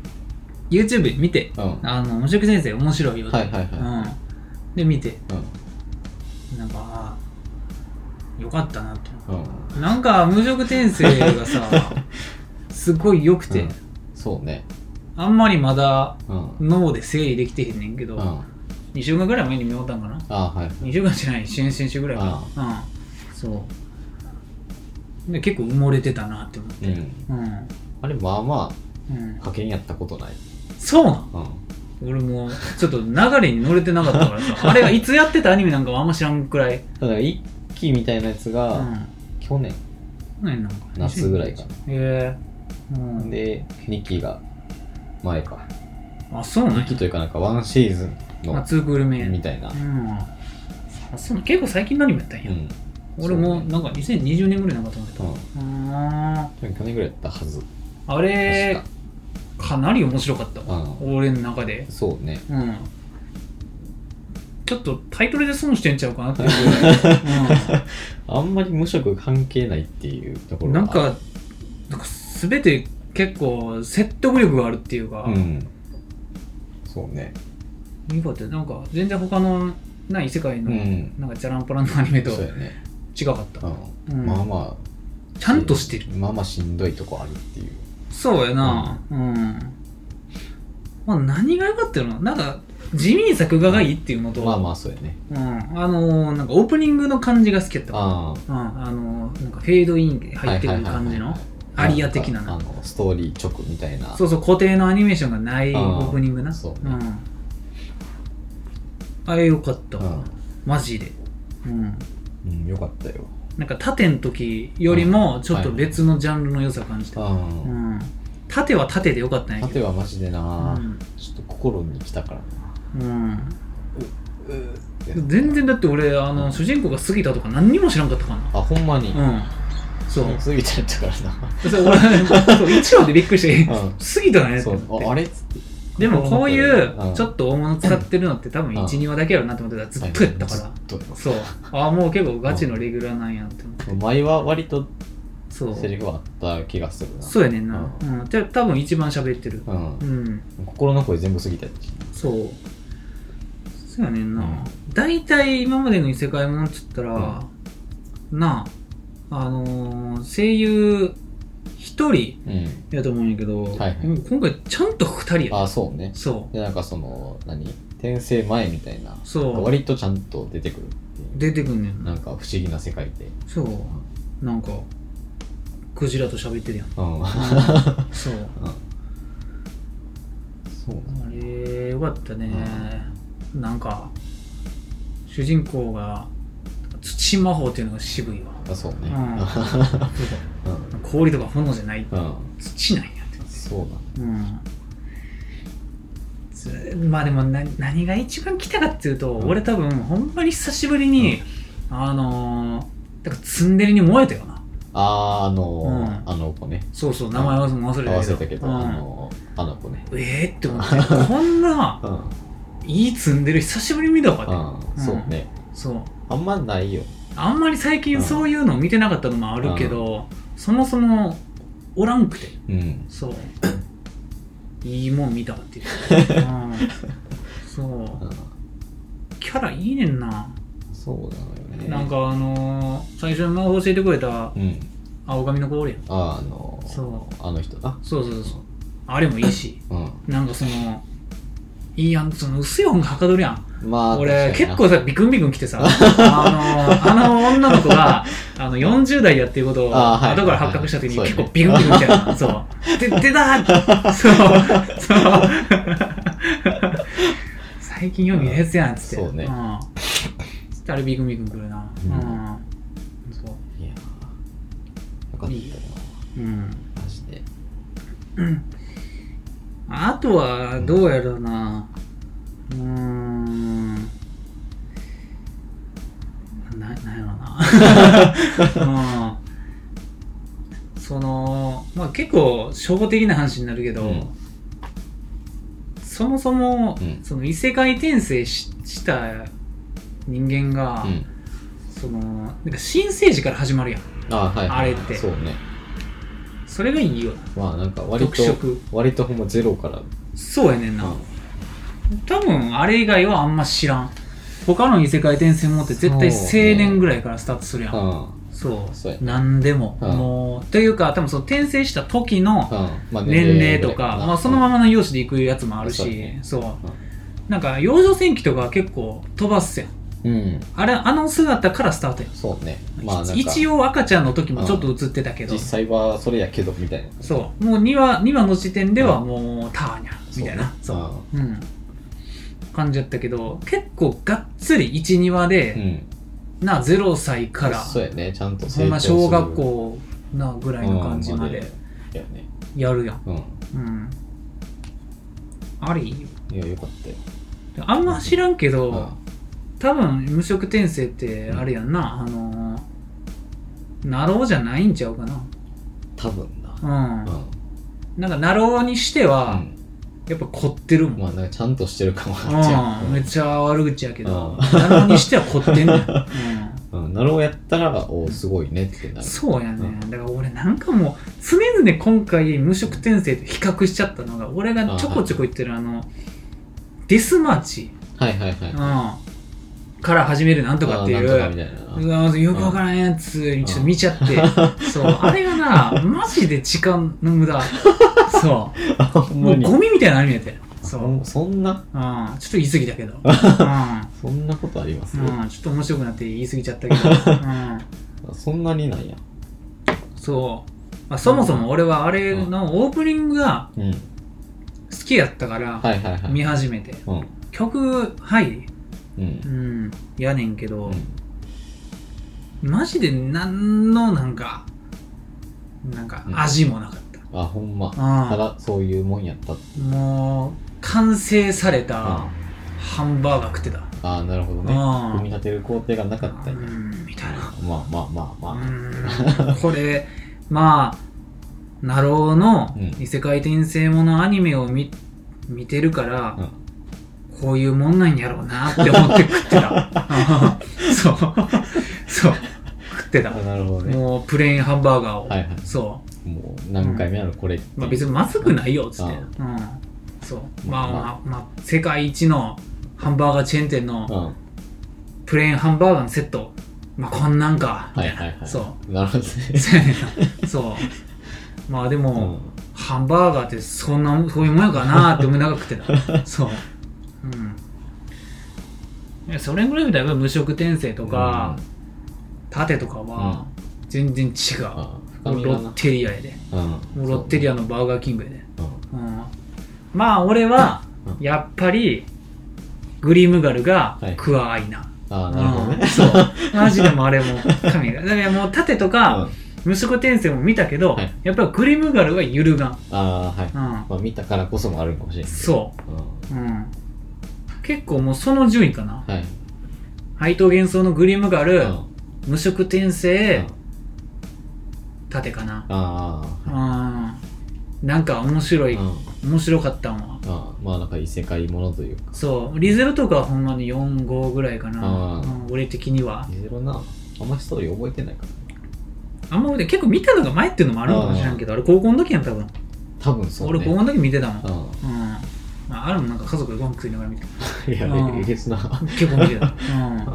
YouTube 見て、うん、あの無色先生面白いよって、はいはいはい、うん、で見て、うん、なんかあよかったなって、うん、なんか無色転生がさすごい良くて、うん、 そうね、 あんまりまだ脳で整理できてへんねんけど、うん、にしゅうかんぐらい前に見終わったんかなあ、はい、 にしゅうかんじゃない、先々週ぐらいかな、うん、そうで結構埋もれてたなって思って、うんうん、 あれまあまあ、うん、派遣やったことない。 そうなん、うん、俺もちょっと流れに乗れてなかったからさあれがいつやってたアニメなんかはあんま知らんくらい。 だから一期みたいなやつが、うん、去年去年なんか夏ぐらいかな。へえー、うん、 でにきが前か。 あ、そうなんや。 にきというかなんかワンシーズンのツークール目みたいな、うん、 あ、そうなん、結構最近のアニメやったんや、うん、俺もなんかにせんにじゅうねんぐらいなんかと思ってた、うん、あ去年ぐらいやったはず。 あれかなり面白かったわ、うん、俺の中で。 そうね、 うん、ちょっとタイトルで損してんちゃうかなっていうぐらい、 うん、あんまり無色関係ないっていうところなんかなんか全て結構説得力があるっていうか、うん、 そうね、 いいかって、なんか全然他のない世界のなんかジャランポランのアニメと違かった、 うんうん、まあまあちゃんとしてる、 まあまあしんどいとこあるっていう。 そうやな、うん、うん、まあ何が良かったの、なんか地味に作画がいいっていうのと、 まあまあそうやね、 うん、あのー、なんかオープニングの感じが好きやったわ。あ、うん、あのー、なんかフェードイン入ってくる感じのアリア的な、 あのストーリー直みたいな、 そうそう、固定のアニメーションがないオープニングな、そう、ね、うん、あれ良かったわ、うん、マジで、うん、 うん、良かったよ。 なんか縦の時よりもちょっと別のジャンルの良さを感じた、うんうん、縦は縦で良かったんやけど、 縦はマジでな、うん、ちょっと心に来たからな、うん、うう全然だって俺あの、うん、主人公が杉田とか何にも知らんかったかな。 あ、ほんまに、 うん、そう杉田やったからなそう俺そう一話でびっくりして、うん、杉田なんやって思って、あれっつって、 でもこういうちょっと大物使ってるのって多分 いち,に 話だけやろなって思ってたらずっとやったから、はい、そう、ああもう結構ガチのレギュラーなんやって思って、 前は割とセリフはあった気がするな。 そうやねんな、うんうん、じゃ多分一番喋ってる、うんうん、 心の声全部過ぎたやつ。そうそうやねんな、うん、大体今までの異世界ものっつったら、うん、なあ、あのー、声優一人やと思うんやけど、うん、はいはい、今回ちゃんと二人や。 あ、そうね。 そうでなんかその何転生前みたいな、そう割とちゃんと出てくるっていう、 出てくんねん、 なんか不思議な世界で、 そう、うん、なんかクジラと喋ってるやん、うん、そう、うん、そうあれよかったね、うん、なんか主人公が土魔法っていうのが渋いわ。 あ、そうね、 うん、氷とか炎じゃない、うん、 土なんやって。 そうだ、 うん、まあでもな何が一番来たかっていうと、うん、俺多分ほんまに久しぶりに、うん、あのー、だからツンデレに燃えたよな。 あーあのーうん、あの子ね。 そうそう、名前忘れたけど、 忘れたけど、うん、あのー、あの子ね。 えーって思ってこんな、うん、いいツンデレ久しぶりに見たわって、 うん、そうね。 そうあんまないよ。 あんまり最近そういうのを見てなかったのもあるけど、そもそもおらんくて、 うん、 そういいもん見たっていう、うん、そう、うん、キャラいいねんな。 そうなのよね。 なんかあのー、最初に教えてくれた、うん、青髪の子おるやん。 あ、あのー、 そうあの人あそうそうそう、あれもいいし、 うん、 なんかそのいいやん、その薄い本がはかどるやん。 まあ、 俺結構さビクンビクン来てさあのあの女の子があのよんじゅう代やっていうことを後から発覚した時に結構ビクンビクン来てた。そうで出たーそうそう最近よく見るやつやんっつって、 そうね、うん、 あれビクンビクン来るな、うん、うん、そういやよかったよ、 うん、 マジで、 うん、あとはどうやろうな、うーん、な、なんやろな、うん、そのまあ結構初歩的な話になるけど、うん、そもそも、うん、その異世界転生 し, した人間が、うん、そのなんか新生児から始まるやん。 あ、はいはい、 あれってそうね。 それがいいよ。 まあなんか割と割とほんまゼロから。 そうやねんな、うん、多分あれ以外はあんま知らん。他の異世界転生もって絶対青年ぐらいからスタートするやん。そう、そうやね、何でも、うん、もうというか多分その転生した時の年齢とか、うんまあ、まあ、そのままの容姿でいくやつもあるし、うん、そう、うん、なんか幼女戦記とかは結構飛ばすやん、うん、あれあの姿からスタートやん。 そうね、まあ、なんか一応赤ちゃんの時もちょっと映ってたけど、 実際はそれやけどみたいな。 そうもう 2, 話にわの時点ではもうターニャみたいな、そう、ね、そう、うん、感じやったけど結構がっつりいち、にわで、うん、なゼロさいからそうやね、ちゃんと成長する、ほんま小学校なぐらいの感じまでやるやん、うんうん、あれいいよ。 いやよかったよ。 あんま知らんけど、うん、多分無色転生ってあれやんな、うん、あのー、ナローじゃないんちゃうかな多分な、 うんうん、なんかナローにしては、うん、やっぱ凝ってるもん。 まあなんかちゃんとしてるかもな、うん、めっちゃ悪口やけど、ナローにしては凝ってんねん、 うんうん、ナローやったらおすごいねってなる。 そうやね、うん、だから俺なんかもう常々今回無色転生と比較しちゃったのが、俺がちょこちょこ言ってるあのデスマーチ、 はいはいはい、 うん、から始めるなんとかっていう、うわよくわからんやつにちょっと見ちゃって、そうあれがなマジで時間の無駄そうもうゴミみたいなアニメやって。そうそんな、 うん、ちょっと言い過ぎだけど、うん、 そんなことあります、 うん、ちょっと面白くなって言い過ぎちゃったけど、 うん、そんなになんや。 そう、まあ、そもそも俺はあれのオープニングが好きやったから見始めて、うん、曲入り、うんうん、やねんけど、うん、マジで何のなんかなんか味もなかった、 うん、あほんま、ただそういうもんやった。 もう完成されたハンバーガー食ってた。 ああなるほどね。組み立てる工程がなかったんや、 うんみたいな。 まあまあまあまあ、うんこれまあナローの異世界転生ものアニメを 見, 見てるから、うん、こういうもんなんやろうなって思って食ってたそうそう食ってた。 なるほどね。 もうプレーンハンバーガーを、 はいはい、 そうもう何回目なのこれ、うんまあ、別にまずくないよっつって、うん、そうまあまあまあ世界一のハンバーガーチェーン店のプレーンハンバーガーのセット、まあこんなんかみたいな、はいはいはい、そうなるほどねそうまあでも、うん、ハンバーガーってそんなそういうもんやからなって思いながら食ってたそううんいやそれぐらいみたいな無色転生とか、うん、盾とかは全然違う、うん、ロッテリアやで、うん、もうロッテリアのバーガーキングやで、うんうん、まあ俺はやっぱりグリムガルがクワアイナ、 はい、ああなるほどね、 うん、そうマジでもあれも神がだからもう盾とか、 無色転生も見たけど、はい、やっぱりグリムガルは揺るがん。 ああはい、うんまあ、見たからこそもあるかもしれない。 そう、うんうん、結構もうその順位かな。はい、怪盗幻想のグリムガル、うん、無色転生、うん、盾かな。ああ、はい、なんか面白い、うん、面白かったんは。 あまあなんか異世界ものというか。 そうリゼロとかはほんまによん、ごぐらいかな、うん、俺的には。 リゼロなあんまストーリー覚えてないからあんま結構見たのが前っていうのもあるのかもしれんけど、あれ高校の時やん多分。 多分そう、 ね、俺高校の時見てたもん。うん、まあ、あれもなんか家族でご飯食いながら見てた。いや、うん、えげつな結構見てた、うん、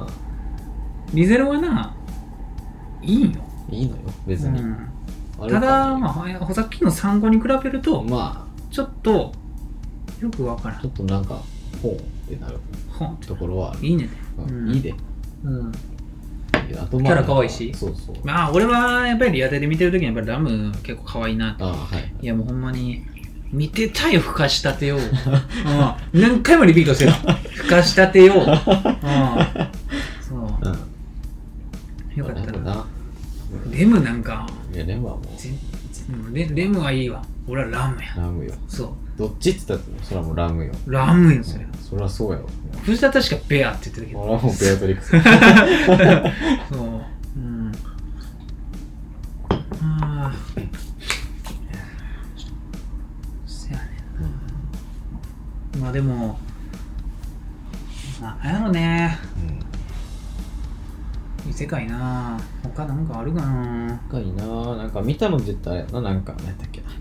リゼロはないいんよ。 いいのよ別に、うん、 ただまあさっきのさんごに比べるとまあちょっとよくわからん。 ちょっとなんかほうってなるところはある。 いいね、 うん、いいで、 うんあとまあ、キャラ可愛いし。そうそう。まあ俺はやっぱりリアタイで見てるときにやっぱりラム結構可愛いなって。あ、はい、いやもうほんまに見てたよふかしたてよ。うん、何回もリピートしてる。ふかしたてよ。うん、そう。うん、よかったな。レムなんか。 いやレムはもう。レ, レムはいいわ。俺はラムや。 ラムよ。 そう。 どっちって言ったらそれはもうラムよ。 ラムよそれ。 そりゃそうやろ。 藤田確かベアって言ってたけど。 俺はもうベアトリックス。 そう。うん。ああ。せやねんな。まあでも、なんやろね。うん、いい世界な。他なんかあるかな。 深いな。なんか見たの絶対あれやな。なんか何やったっけ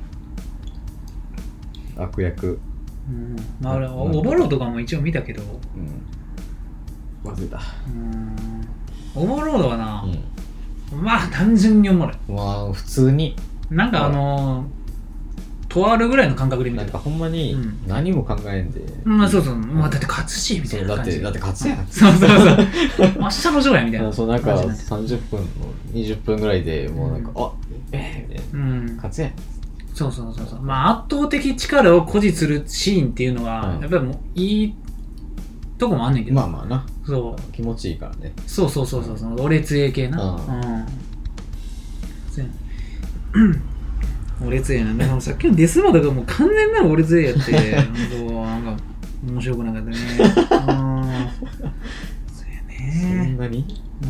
な。悪役。 うん、まあ、あれオーバーロードとかも一応見たけど、 うん、忘れた。 うんオーバーロードはな、うん、まあ単純におもろい。 まあ普通になんかあのー、とあるぐらいの感覚で見てる。 なんかほんまに何も考えんで、 うん、まあそうそう、まあ、だって勝つしみたいな感じ。 だってだって勝つやん。 そうそうそう明日のジョーやみたいな。 そうなんかさんじゅっぷんのにじゅっぷんぐらいでもうなんか、うん、あえー、みたいな、うん、勝つやん。 そうそうそうそう。まあ圧倒的力を誇示するシーンっていうのは、はい、やっぱりもういいとこもあんねんけど。 まあまあな。 そう気持ちいいからね。 そうそうそうそうそう。俺強系な。うん。俺強いな。でもさっきのデスモードがもう完全なる俺強いやって、そうなんか面白くなかったね。うん。そうやね。 そんなに？ うん。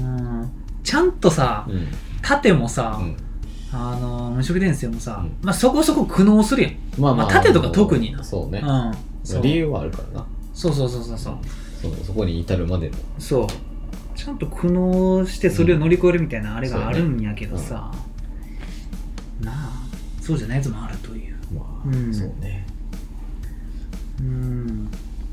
ちゃんとさ、うん、盾もさ。うんあの無色転生もさ、うん、まあそこそこ苦悩するやん。まあまあ、まあ、盾とか特にな。 そうね。うん。そう理由はあるからな。 そうそうそうそうそう。 そうそこに至るまでの。 そう。ちゃんと苦悩してそれを乗り越えるみたいなあれがあるんやけどさ、うん、なあそうじゃないやつもあるという。まあ、うん、 そうね。 うん。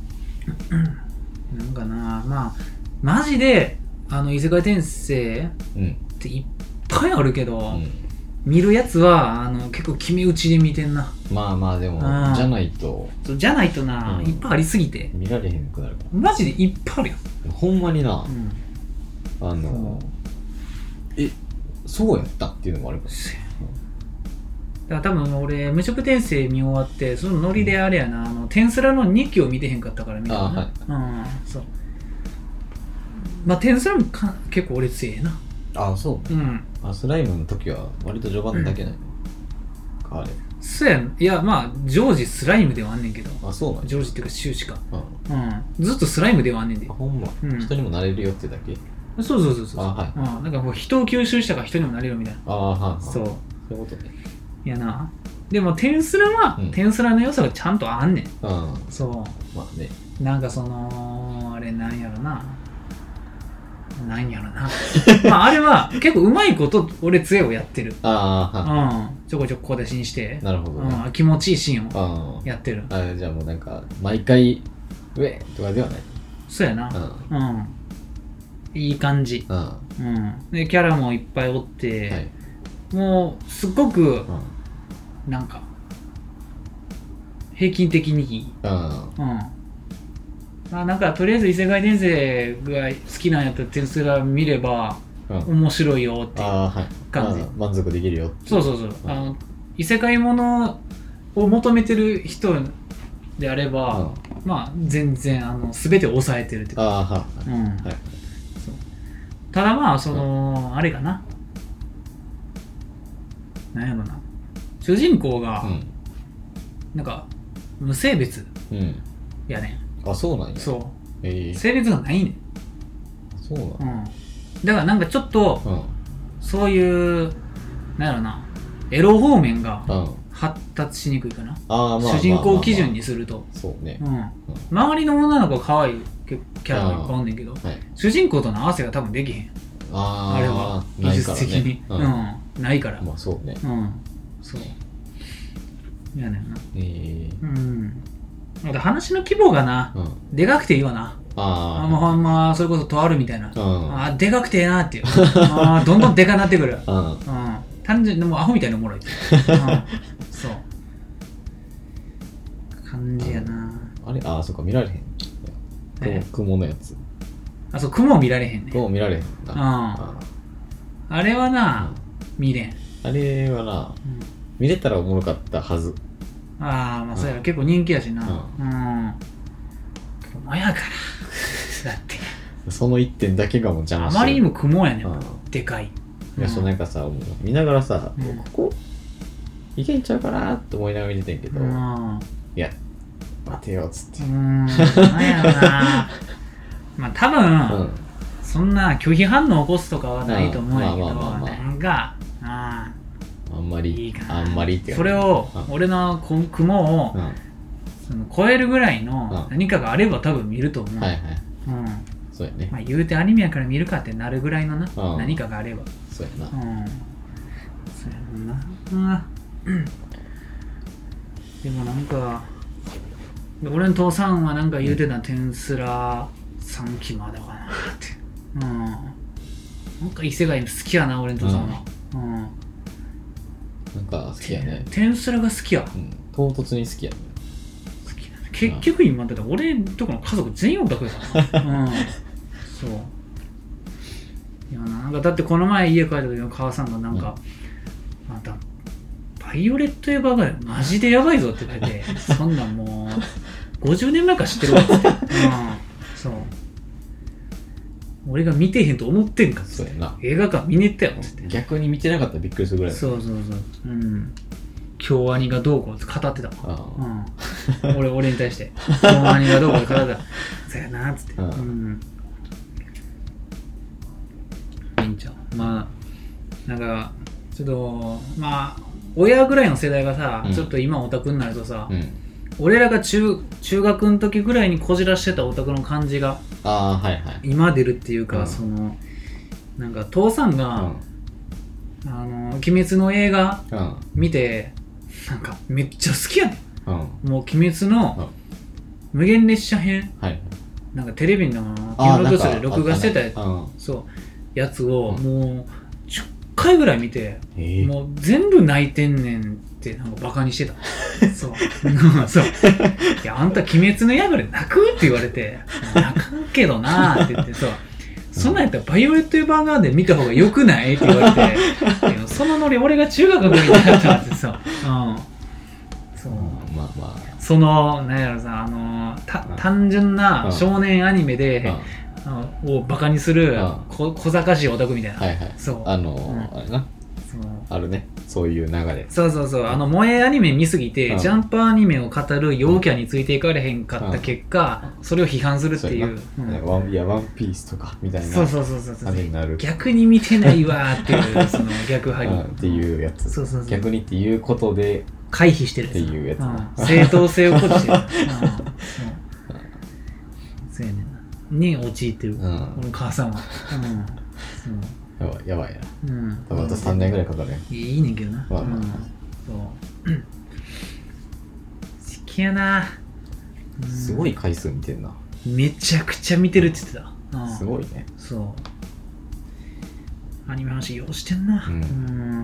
なんかなまあマジであの異世界転生っていっぱいあるけど。うん見るやつはあの結構決め打ちで見てんな。 まあまあでもじゃないとじゃないとな、うん、いっぱいありすぎて見られへんくなるからマジでいっぱいあるよ。 ほんまにな、うん、あのえそうやったっていうのもあるから、 うん、だから多分俺無色転生見終わってそのノリであれやな、うん、あのテンスラのにきを見てへんかったから見たな。あ、はい、うんそうまあテンスラもか結構俺強いな。 ああそう、うん、あスライムの時は割と序盤だけないの、うん、あれそうやん。いやまあ常時スライムではあんねんけど。 あそうなん常時っていうか終始か、うんうん、ずっとスライムではあんねんで。 あほんま、うん、人にもなれるよってだけ。 そうそうそうそう。 あはい、 うん、なんかもう人を吸収したから人にもなれるみたいな。 あはい、はい、 そうそういうことね。 いやなでもテンスラは、うん、テンスラの良さがちゃんとあんねん、うん、そうまあねなんかそのあれなんやろななんやろなまああれは結構うまいこと俺杖をやってる。ああ、はい、うん、ちょこちょこ小出しにしてなるほど、ねうん、気持ちいいシーンをやってる。 ああじゃあもうなんか毎回ウェとかではない。 そうやな、うん、うん、いい感じ、うんうん、でキャラもいっぱいおって、はい、もうすっごく、うん、なんか平均的にいい、うんうんまあ、なんかとりあえず異世界転生が好きなんやったらテンスラ見れば面白いよっていう感じ、 うんはい、満足できるよってそうそうそう、うん、あの異世界ものを求めてる人であれば、うん、まあ全然あの全てを抑えてるって感じ。あ、はいうんはい、そうただまあその、うん、あれかななんやろな、主人公が、うん、なんか無性別やねん、 うん、あ、そうなんや。 そう、 えー、 性別がないねん。 そうなん、うん、 だからなんかちょっと、うん、そういうなんやろな、エロ方面が発達しにくいかな、うん、主人公基準にすると。 そうね、 うんうん、周りの女の子は可愛いキャラがいっぱいおんねんけど、はい、主人公との合わせが多分できへん。あ, あれは技術的にないから、ね、うん、ないから。 まあそうね、 うん、そうやねんな。えー、うん。あと話の規模がな、うん、でかくていいわな。ああ、もうほんまそれこそとあるみたいな、うん、あでかくてええなっていうあどんどんでかなってくる、うんうん、単純にもうアホみたいにおもろいって、うん、そう感じやな。 あれ、ああ、そっか、見られへん、えー、雲のやつ。 あ、そう、雲見られへんね。 雲見られへんな、うん、 あ, あれはな、うん、見れん。 あれはな、うん、見れたらおもろかったはず。 ああ、まあそうや、うん、結構人気やしな。うん。うん、雲やから。だって。 その一点だけがもう邪魔してる。 あまりにも雲やねん、うん、でかい。 いや、うん、そうなんかさ、もう見ながらさ、うん、ここいけんちゃうかなって思いながら見ててんけど、うん、いや、待てよっつって。うーん、なんやろな。まあ多分、うん、そんな拒否反応を起こすとかはないと思うんやけど、なんか、ああんまりいいかな、あんまりってそれを、うん、俺の雲を、うん、その超えるぐらいの何かがあれば多分見ると思う。はいはい。うん。 そうやね。 まあ言うてアニメやから見るかってなるぐらいのな、うん、何かがあれば。 そうやな。 うん。そうやな。うん。でもなんか、俺の父さんはなんか言うてた、テンスラさんきまでかなって。うん。なんか異世界好きやな、俺の父さんは。うん。うん、 なんか好きやね。 テンスラが好きや。 うん。唐突に好きやね。 好きだね。結局今だって俺とこの家族全員オタクやからな。うん。そう。いやなんかだってこの前家帰った時の母さんがなんか、うん、またバイオレットエヴァがマジでやばいぞって書いて、そんなんもうごじゅうねんまえから知ってるわって。うん。そう。俺が見てへんと思ってんかって。 そうやな。 映画館見に行ったよって。 逆に見てなかったらびっくりするぐらい。 そうそうそう。うん。京アニがどうこうって語ってたわ。うん。俺、俺に対して。京アニがどうこうって語ってた。そうやなっつって。うん。いいんちゃう。まあ、なんか、ちょっと、まあ、親ぐらいの世代がさ、うん、ちょっと今オタクになるとさ、うん、俺らが 中, 中学の時ぐらいにこじらしてたオタクの感じが、 あ、はいはい、 今出るっていうか、うん、その、なんか父さんが、うん、あの、鬼滅の映画見て、うん、なんかめっちゃ好きやねん。うん、もう鬼滅の無限列車編、はい、なんかテレビの記録数で録画してたやつ、そう、やつをもうじゅっかいぐらい見て、えー、もう全部泣いてんねんってなんかバカにしてた。そう。そう。いや、あんた鬼滅の刃で泣くって言われて、泣かんけどなーって言って、そう。そんなんやったらバイオレット・エヴァーガーデン見た方が良くないって言われて、そのノリ俺が中学の時になったってさ、うん。そう。まあまあ。その、なんやろさ、あのー、た単純な少年アニメで、をバカにする小賢しいオタクみたいな。 はいはい。そう。あのー、うん、あれな。そう。あるね。そういう流れ。 そうそうそう。あの、萌えアニメ見すぎて、うん、ジャンプアニメを語る陽キャについていかれへんかった結果、うん、それを批判するっていう。 うん、ワンいや、ワンピースとかみたいな。 そうそうそうそうそう。になる。逆に見てないわーっていう、その逆張り。 っていうやつ。そうそうそう。逆にっていうことで。 回避してるっていうやつ。 うん、正当性を誇示してる。うん、そうやねんな。に陥ってる、うん、この母さんは。 うん、やばいやばいな。うん。多分あとさんねんぐらいかかるね。 いいねんけどな。まあまあ、うん、そう。好きやな。 すごい回数見てんな。 めちゃくちゃ見てるって言ってた。 うん、すごいね。 そう。アニメ話ようしてんな。うん。うん、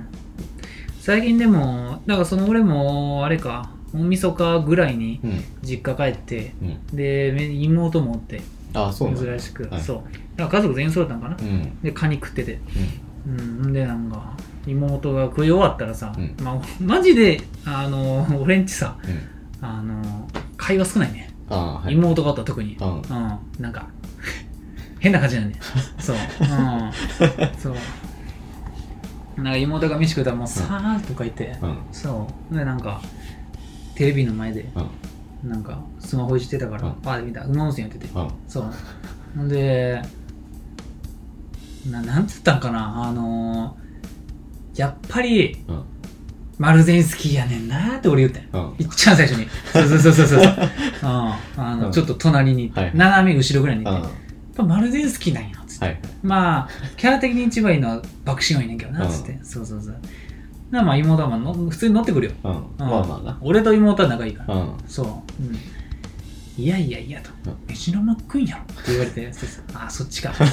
最近でも、だからその俺も、あれか、大晦日ぐらいに実家帰って、うん、で、妹もおって、 ああ、そう珍しく、はい、そう。だから家族全員そうだったんかな。うん、で、カニ食ってて。うん。うん、で、なんか、妹が食い終わったらさ、うん、まあ、マジで、あの、俺んちさ、うん、あの、会話少ないね。あ、はい、妹がおったら特に。うん。うん、なんか、変な感じなんね。そう。うん。そう。 なんか妹が飯食ったらもうさーっとか言って、うん、そうでなんかテレビの前で、うん、なんかスマホいじってたから、うん、パーで見たら馬娘やってて、うん、そうほんでななんつったんかなあのー、やっぱり、うん、マルゼンスキーやねんなーって俺言ったん、うん、いっちゃん最初にそうそうそうそうそう、うん、あの、うん、ちょっと隣に、はい、斜め後ろぐらいにいて、うん、やっぱマルゼンスキーなんやつって、はい、まあキャラ的に一番いいのは爆心はいいねんけどなつって、うん、そうそうそうなまあ妹はまあの普通に乗ってくるよ、うんうん、まあまあな俺と妹は仲いいから、うん、そう、うん、いやいやいやと、うん、飯のマックンやろって言われてああそっちかそう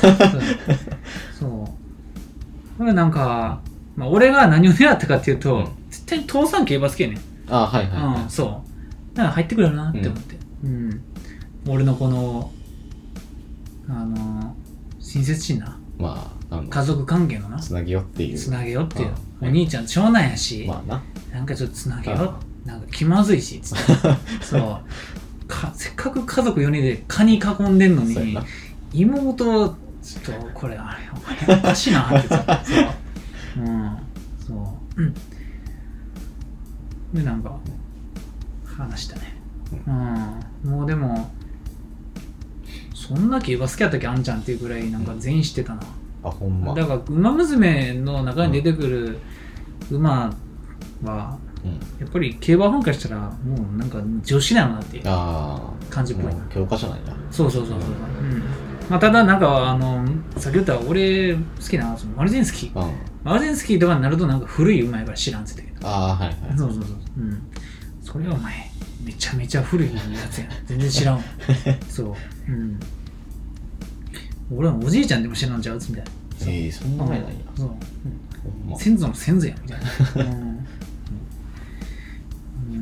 そうなんか、まあ、俺が何を狙ったかっていうと、うん、絶対に倒産競馬好きやねんあはいはい、はい、 うん、そうだから入ってくるよなって思って、うんうん、俺のこのあの親切心な、まあ、家族関係のなつなげよっていうつなげよっていう、お兄ちゃん長男やし、まあ、な, なんかちょっとつなげよなんか気まずいしつってそうかせっかく家族よにんでカニ囲んでんのに妹ちょっとこれあれおかしいなってさそううんそううんでなんか話したねうんもうでもそんな競馬好きやったっけあんちゃんっていうぐらいなんか全員知ってたな、 うん、あほんまだから馬娘の中に出てくる馬は、うん、やっぱり競馬ファンからしたらもうなんか女子なのなっていう感じっぽいな教科書なんやそうそうそうそう、うんまあ、ただなんかあのさっき言った俺好きなそのマルゼンスキー、うん、マルゼンスキーとかになるとなんか古い馬やから知らんって言ってたけどああはいはいそうそうそう、うん、それはお前めちゃめちゃ古いやつやん全然知らんそううん俺はおじいちゃんでも知らんちゃうみたいなええー、そんな前なんやそう、 うん、先祖の先祖やみたいなうん、うん、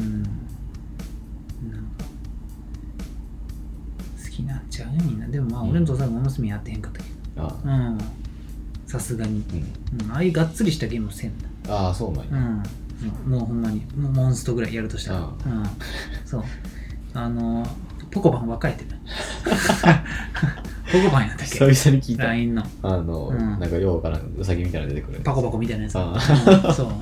なんか好きなんちゃうみんなでもまあ、うん、俺の父さんが娘やってへんかったけどああうんさすがに、うんうん、ああいうがっつりしたゲームをせんだああそうなんや、 うん、もうほんまにもうモンストぐらいやるとしたら、うん、そうあのポコバン分かれてるポコバンやったっけ久々に聞いたライン のあの、うん、なんかようからウサギみたいなの出てくるパコパコみたいなやつ、うん、そう、うん、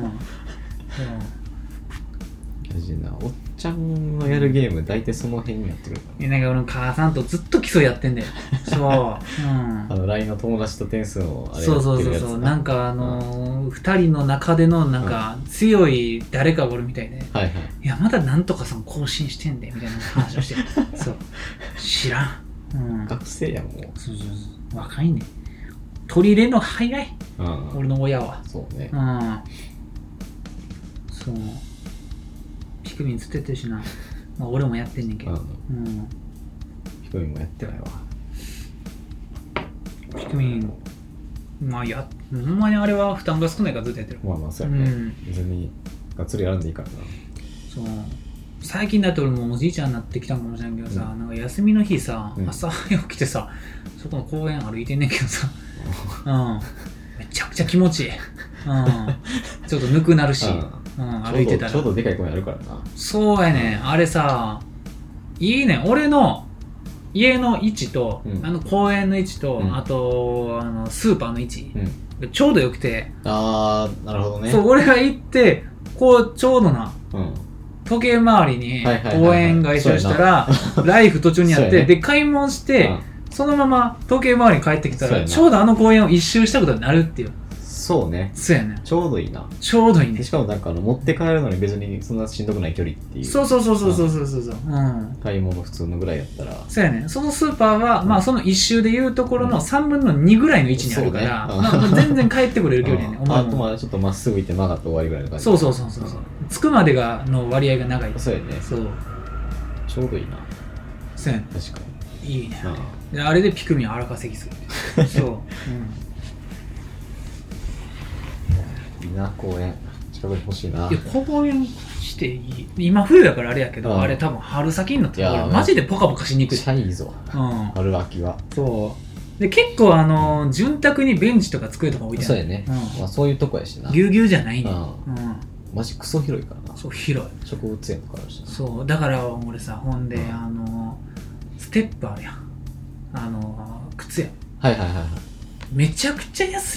そうなおっちゃんのやるゲーム大体その辺にやってくるからなんか俺の母さんとずっと競いやってんだよそう、うん、あの ライン の友達と点数をあれそうそうそうそうなんかあのー、ふたりの中でのなんか強い誰かがおるみたいで、はいはい、いやまだなんとかさん更新してんでみたいな話をしてそう知らん、うん、 学生やもうそうそうそう若いね取り入れるの早い、うん、俺の親はそうね、 うん、そうピクミンつっててるしな、まあ、俺もやってんねんけど、うんうん、 ピクミンもやってないわピクミンまあやほんまにあれは負担が少ないからずっとやってるまあまあそうやね、うん、別にがっつりやらんでいいからなそう最近だと俺もおじいちゃんになってきたかもしれんけどさ、うん、なんか休みの日さ、うん、朝起きてさそこの公園歩いてんねんけどさ、うん、めちゃくちゃ気持ちいい、うん、ちょっとぬくなるし、うん、歩いてたらちょうどでかい公園あるからなそうやね、うん、あれさいいね俺の家の位置と、うん、あの公園の位置と、うん、あとあのスーパーの位置、うん、ちょうどよくてあーなるほどねそう俺が行ってこうちょうどな、うん時計回りに公園外周したらライフ途中にあって、ね、で買い物して、うん、そのまま時計回りに帰ってきたらちょうどあの公園を一周したことになるっていうそうねそうやねちょうどいいなちょうどいいねしかもなんかあの持って帰るのに別にそんなしんどくない距離っていうそうそうそうそうそうそうそうそう、うん、 買い物普通のぐらいやったらそうやねそのスーパーは、うん、まあその一周でいうところのさんぶんのにぐらいの位置にあるから、ねうんまあ、全然帰ってくれる距離やね、 うん、あとまあちょっとまっすぐ行って曲がって終わりぐらいの感じそうそうそうそうそう着くまでがの割合が長いそうやねそうちょうどいいなそうやね確かにいいね、うん、であれでピクミン荒稼ぎするそう、うんいいな公園近くに欲しいないや公園していい今冬やからあれやけど、うん、あれ多分春先になって俺マジでポカポカしにくいめっちゃいいぞ、うん、春秋はそうで結構あのー、潤沢にベンチとか机とか置いてあるそうやね、うんまあ、そういうとこやしなぎゅうぎゅうじゃないね、うんうん、マジクソ広いからなそう広い植物園とかあるしそうだから俺さほんで、うん、あのー、ステップあるやんあのー、靴やはいはいはいはいめちゃくちゃ安いね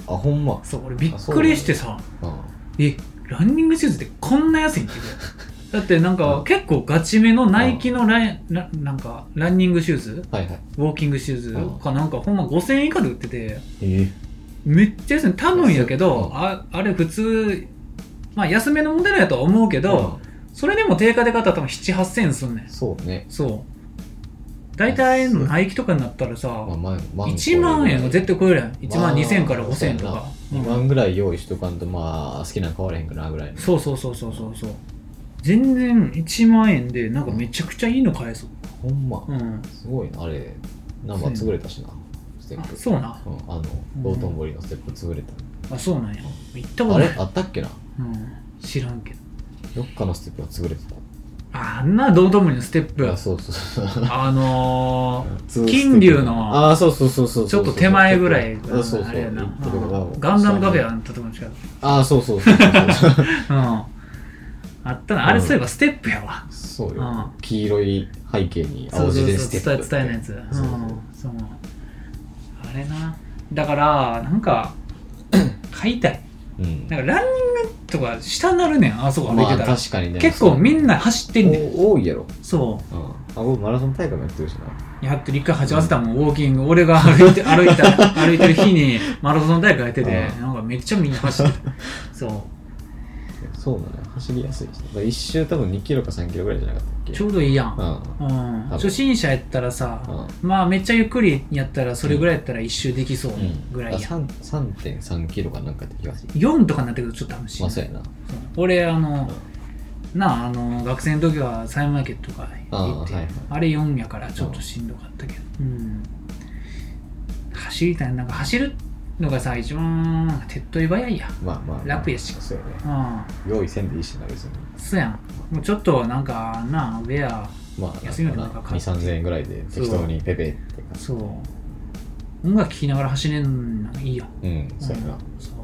あほんま。 そう俺びっくりしてさ、えランニングシューズってこんな安いんってだってなんか結構ガチめのナイキのライラなんかランニングシューズ、はいはい、ウォーキングシューズかなんかほんまごせんえん以下で売ってて、えー、めっちゃ安い。多分やけど あ, あれ普通まあ安めのモデルやとは思うけど、うん、それでも定価で買ったら多分なな、はっせんえんすんねん。 そうね。 そう大体ナイキとかになったらさ、まあまあ、いちまんえんは絶対超えるやん。いちまんにせんからごせんえんとか、 にまんぐらい用意しとかんとまあ好きなの買われへんかなぐらいの。 そうそうそうそうそうそう。全然いちまんえんでなんかめちゃくちゃいいの買えそう。 ほんま、うん、すごいな。あれナンバー潰れたしな、ステップ。 あそうな、 うん、あの道頓堀のステップ潰れた、 うん、あそうなんや。行ったことない。 あれあったっけな、 うん、知らんけどどっかのステップが潰れてた。 あんな道頓堀のステップ。 あそうそうそうあのー、金龍のあそうそうそうそうちょっと手前ぐらい。 あそうそうあれやな。 ガンダムカフェはとても近い。 あそうそうそうそううんあったな。あれそういえばステップやわ。 そうよ、うん、黄色い背景に青字でステップ伝え伝えのやつ。うんそうそうあれな。だからなんか買いたい、うん、なんかランニングとか下になるねん。あそこ歩いてたら、まあ、確かにね。結構みんな走ってんねん。 多いやろ。 そう、 うん、あ僕マラソン大会もやってるしな。 やってる。一回走らせたもん、うん、ウォーキング。俺が歩いて歩いた歩いてる日にマラソン大会やってて、なんかめっちゃみんな走ってたそうそうなのよ。走りやすいし、一周多分にキロかさんキロぐらいじゃなかったっけ。 ちょうどいいやん、うんうん、初心者やったらさ、うん、まあめっちゃゆっくりやったらそれぐらいやったら一周できそうぐらいやん、うん、 さんてんさんキロかなんかって気がする。 よんとかになってくるとちょっと楽しい。 まあそうやな。 俺あの、うん、なああの学生の時はサイマーケットとか行って あ,、はいはい、あれよんやからちょっとしんどかったけど、うん、走りたい。なんか走るのがさ一番手っ取り早いや。 まあまあ、まあ、 楽やし。 そうやね、うん、用意せんでいいしな別に。 そうやん。もうちょっとなんかなウェア、まあ、安いのでなんか買って にさんぜんえんぐらいで適当にペペってそう。音楽聴きながら走れんのいいやん。 うん、そうやな。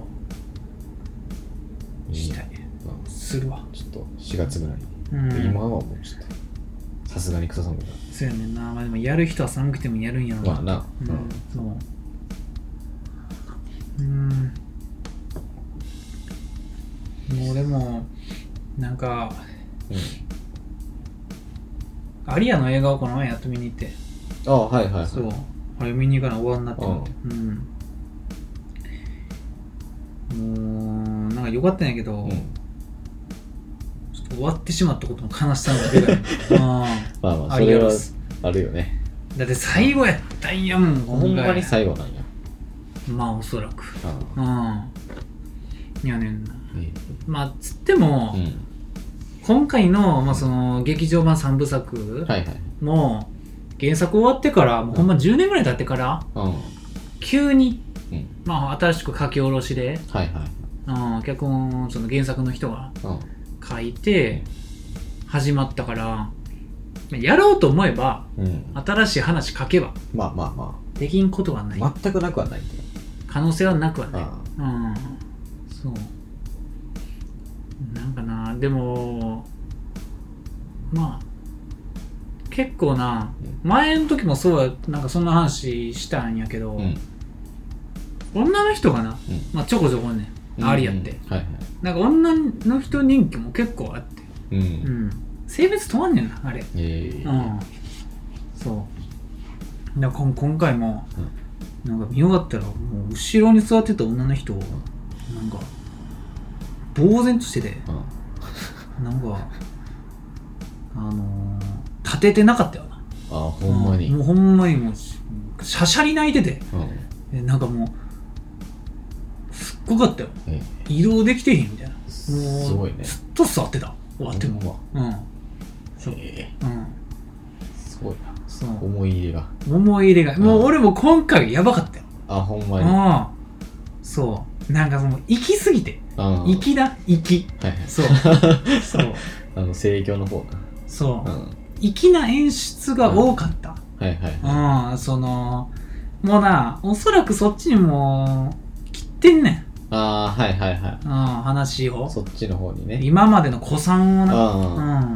そうしたい、うん、するわ。 ちょっとしがつぐらい、うん、今はもうちょっとさすがに草寒いから。 そうやねんな。まあでもやる人は寒くてもやるんやろな。 まあな、 うん、うん、そううん。もう俺もなんか、うん、アリアの映画をこの前やっと見に行って。 ああはいはい、はい、 そうあれ見に行かない終わんなって思って、うん、もうなんか良かったんやけど、うん、ちょっと終わってしまったことの悲しさが出るまあまあそれはあるよね。 だって最後やったんやもん。 ほんまに最後なんや。 まあおそらくうんいやねんな、ええ、まあつっても、うん、今回の、まあ、その劇場版さんぶさくも原作終わってからもうほんまじゅうねんぐらい経ってから、うん、急に、うん、まあ、新しく書き下ろしで、はいはいうん、脚本その原作の人が書いて始まったから、やろうと思えば、うん、新しい話書けばまあまあまあできんことはない。 全くなくはない。 可能性はなくはない。うん、そうなんかな。でもまあ結構な、うん、前の時もそうやなんかそんな話したんやけど、うん、女の人がな、うんまあ、ちょこちょこね、うん、ありやって、うんはいはい、なんか女の人人気も結構あって、うんうん、性別問わんねんなあれ、えーうん、そうだから今回も、うんなんか見終わったらもう後ろに座ってた女の人をなんか呆然としてて、うん、なんかあのー、立ててなかったよな。 あほんまに、 うん、もうほんまにもうしゃしゃり泣いてて、うん、なんかもうすっごかったよ、ええ、移動できてへんみたいな。もうすごいね。ずっと座ってた終わってもうんそう、えー、うんすごいな。そう思い入れが思い入れが、うん、もう俺も今回やばかったよ。 あほんまに。 あそうなんかその行き過ぎて行きだ行き、はいはい、そうそうあの盛況の方か。 そう、うん、粋な演出が多かった、うん、はいはい、はい、うんそのもうなおそらくそっちにも切ってんねん。 ああはいはいはい、 うん、話をそっちの方にね今までの古参をな、うん、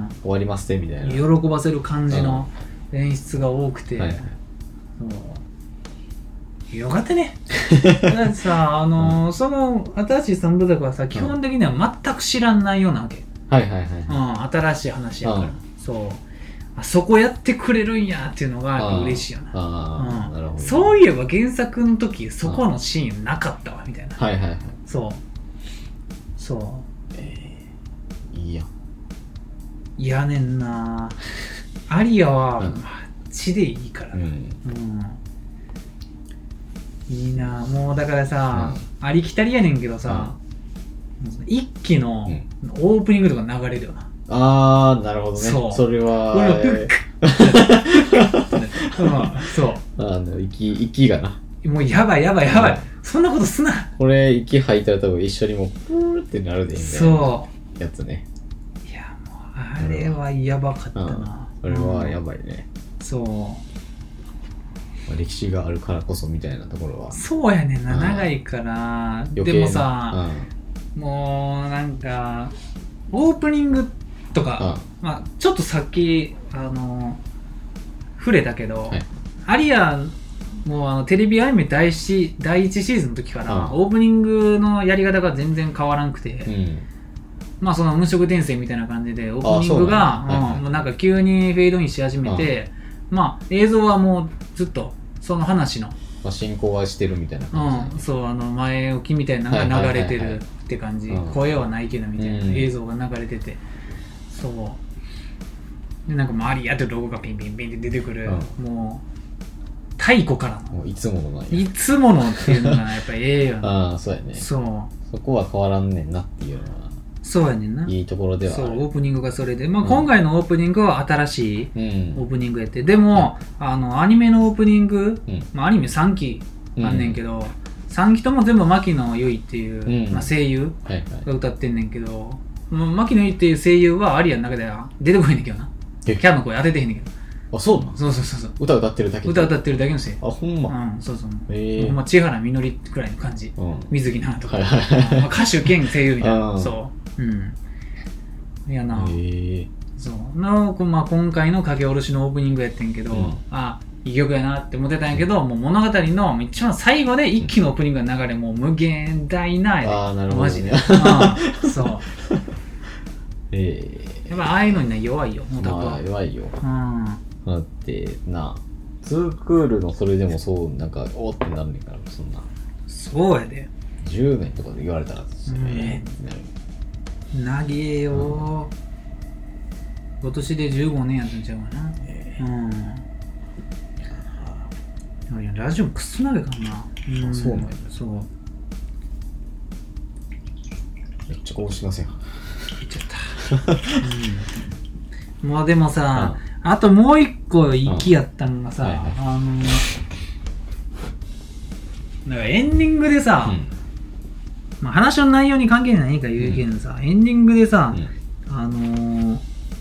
終わりますねみたいな喜ばせる感じの演出が多くて、はいはい、 よかったね。だってさ、あのーうん、その新しい三部作はさ、基本的には全く知らん内容なわけ。 はいはいはい。 うん、新しい話やから。うん、そう。あそこやってくれるんやっていうのが嬉しいよな。あ、うん、なるほど。そういえば原作の時、そこのシーンなかったわ、みたいな。 はいはいはい。 そう。そう。 えー、いいや。 いやねんな。アリアは、マジでいいからな。うん。うん、いいな。もうだからさ、うん、ありきたりやねんけどさ、うん、一期のオープニングとか流れるよな。 あー、なるほどね。そう。それは、これはフックそう。あの、息、息がな。 もうやばいやばいやばい。そんなことすな。 これ、息吐いたら多分一緒にもう、プーってなるで、みたいな。そう。やつね。 いや、もう、あれはやばかったな。 それはやばいね。 そう。 歴史があるからこそみたいなところは。 そうやねんな。長いから。でもさ、もう、なんか、オープニングとか、まあ、ちょっとさっきあの触れたけど、はい、アリアもうあのテレビアニメ第一第一シーズンの時からオープニングのやり方が全然変わらんくて、うん、まあその無色転生みたいな感じでオープニングがう、ね、うんはいはい、もうなんか急にフェードインし始めて、まあ映像はもうずっとその話の、 まあ、進行はしてるみたいな感じ、 うん、そうあの前置きみたいなのが流れてるって感じ、声はないけどみたいな、うん、映像が流れてて。そうでなんかマリアってロゴがピンピンピンって出てくる、うん、もう太古からのもういつものなんやいつものっていうのがやっぱりええよねああそうやねそうそこは変わらんねんなっていうのはそうやねんないいところではあるそうオープニングがそれで、まあ、うん、今回のオープニングは新しいオープニングやって、うん、でも、うん、あのアニメのオープニング、うんまあ、アニメさんきあんねんけど、うん、さんきとも全部牧野由依っていう、うんまあ、声優が歌ってんねんけど、はいはい牧野由依っていう声優はアリアの中では出てこないんだけどなキャラの声当ててへんねんけどあそうなのそうそうそうそう歌歌ってるだけ歌歌ってるだけの声優あほんまうんそうそうへえほんま千原みのりくらいの感じ、うん、水木奈々とか、はいはいまあ、歌手兼声優みたいなそううんいやなへえそうなお、まあ、今回の駆け下ろしのオープニングやってんけど、うん、あいい曲やなって思ってたんやけど、うん、もう物語の一番最後で一気のオープニングが流れ、もう無限大なあなるほど、ね、 マジで、うん、そうえー、やっぱああいうのにね弱いよもう多分、 まあ、弱いよ、うん、だってなツークールのそれでもそうなんかおってなんねんからそんなそうやでじゅうねんとかで言われたら、うん、えー、ってなる投げよ、うん、今年でじゅうごねんやったんちゃうかな、えー、うんいやラジオクソ投げかな、 うん、そうなんやそうめっちゃこうしません言っちゃった、うん、もうでもさ、うん、あともう一個息やったのがさ、うんはいはい、あのなんかエンディングでさ、うんまあ、話の内容に関係ないか言うけどさ、うん、エンディングでさ、うん、あのー、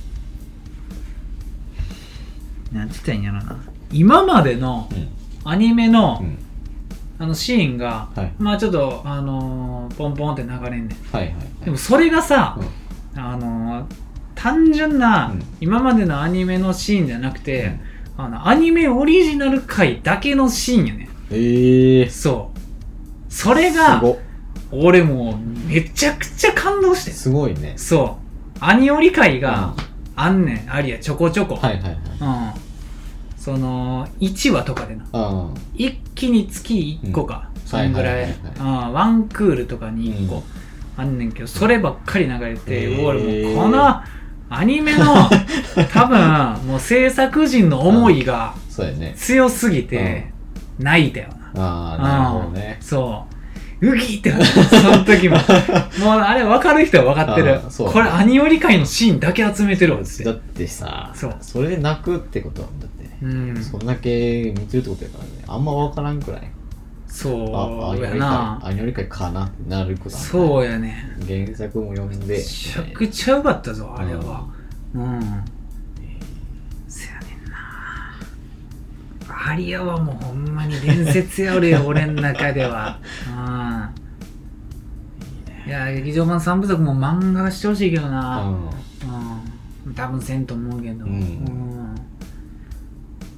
なんて言ったらいいんやろな今までのアニメの、うんあのシーンが、はい、まあちょっと、あのー、ポンポンって流れんねん、はいはいはい、でもそれがさ、うん、あのー、単純な、うん、今までのアニメのシーンじゃなくて、うん、あのアニメオリジナル回だけのシーンやねんえー、 そうそれが俺もうめちゃくちゃ感動してすごいねそうアニオリ回があんねん、うん、ありやちょこちょこはいはいはい、 うんそのいちわとかでな一気に月いっこか、うん、そんぐらい、はいはいはいはい、ワンクールとかにいっこ、うん、あんねんけどそればっかり流れて俺もうこのアニメの多分もう制作陣の思いが強すぎて泣いたよなああなるほどねそうウギーってなったその時ももうあれ分かる人は分かってるこれアニオリ界のシーンだけ集めてるわってだってさ そ, それで泣くってことなんだって、うん、そんだけ見てるってことやからねあんま分からんくらいそうやなアニオリ界かなってなることなんだ、ね、 そうやね原作も読んでめちゃくちゃ良かったぞあれはうん、うん、せやねんなアリアはもうほんまに伝説や俺よ俺の中ではうんいや劇場版さんぶ作も漫画がしてほしいけどな、うんうん、多分せんと思うけど、うんうん、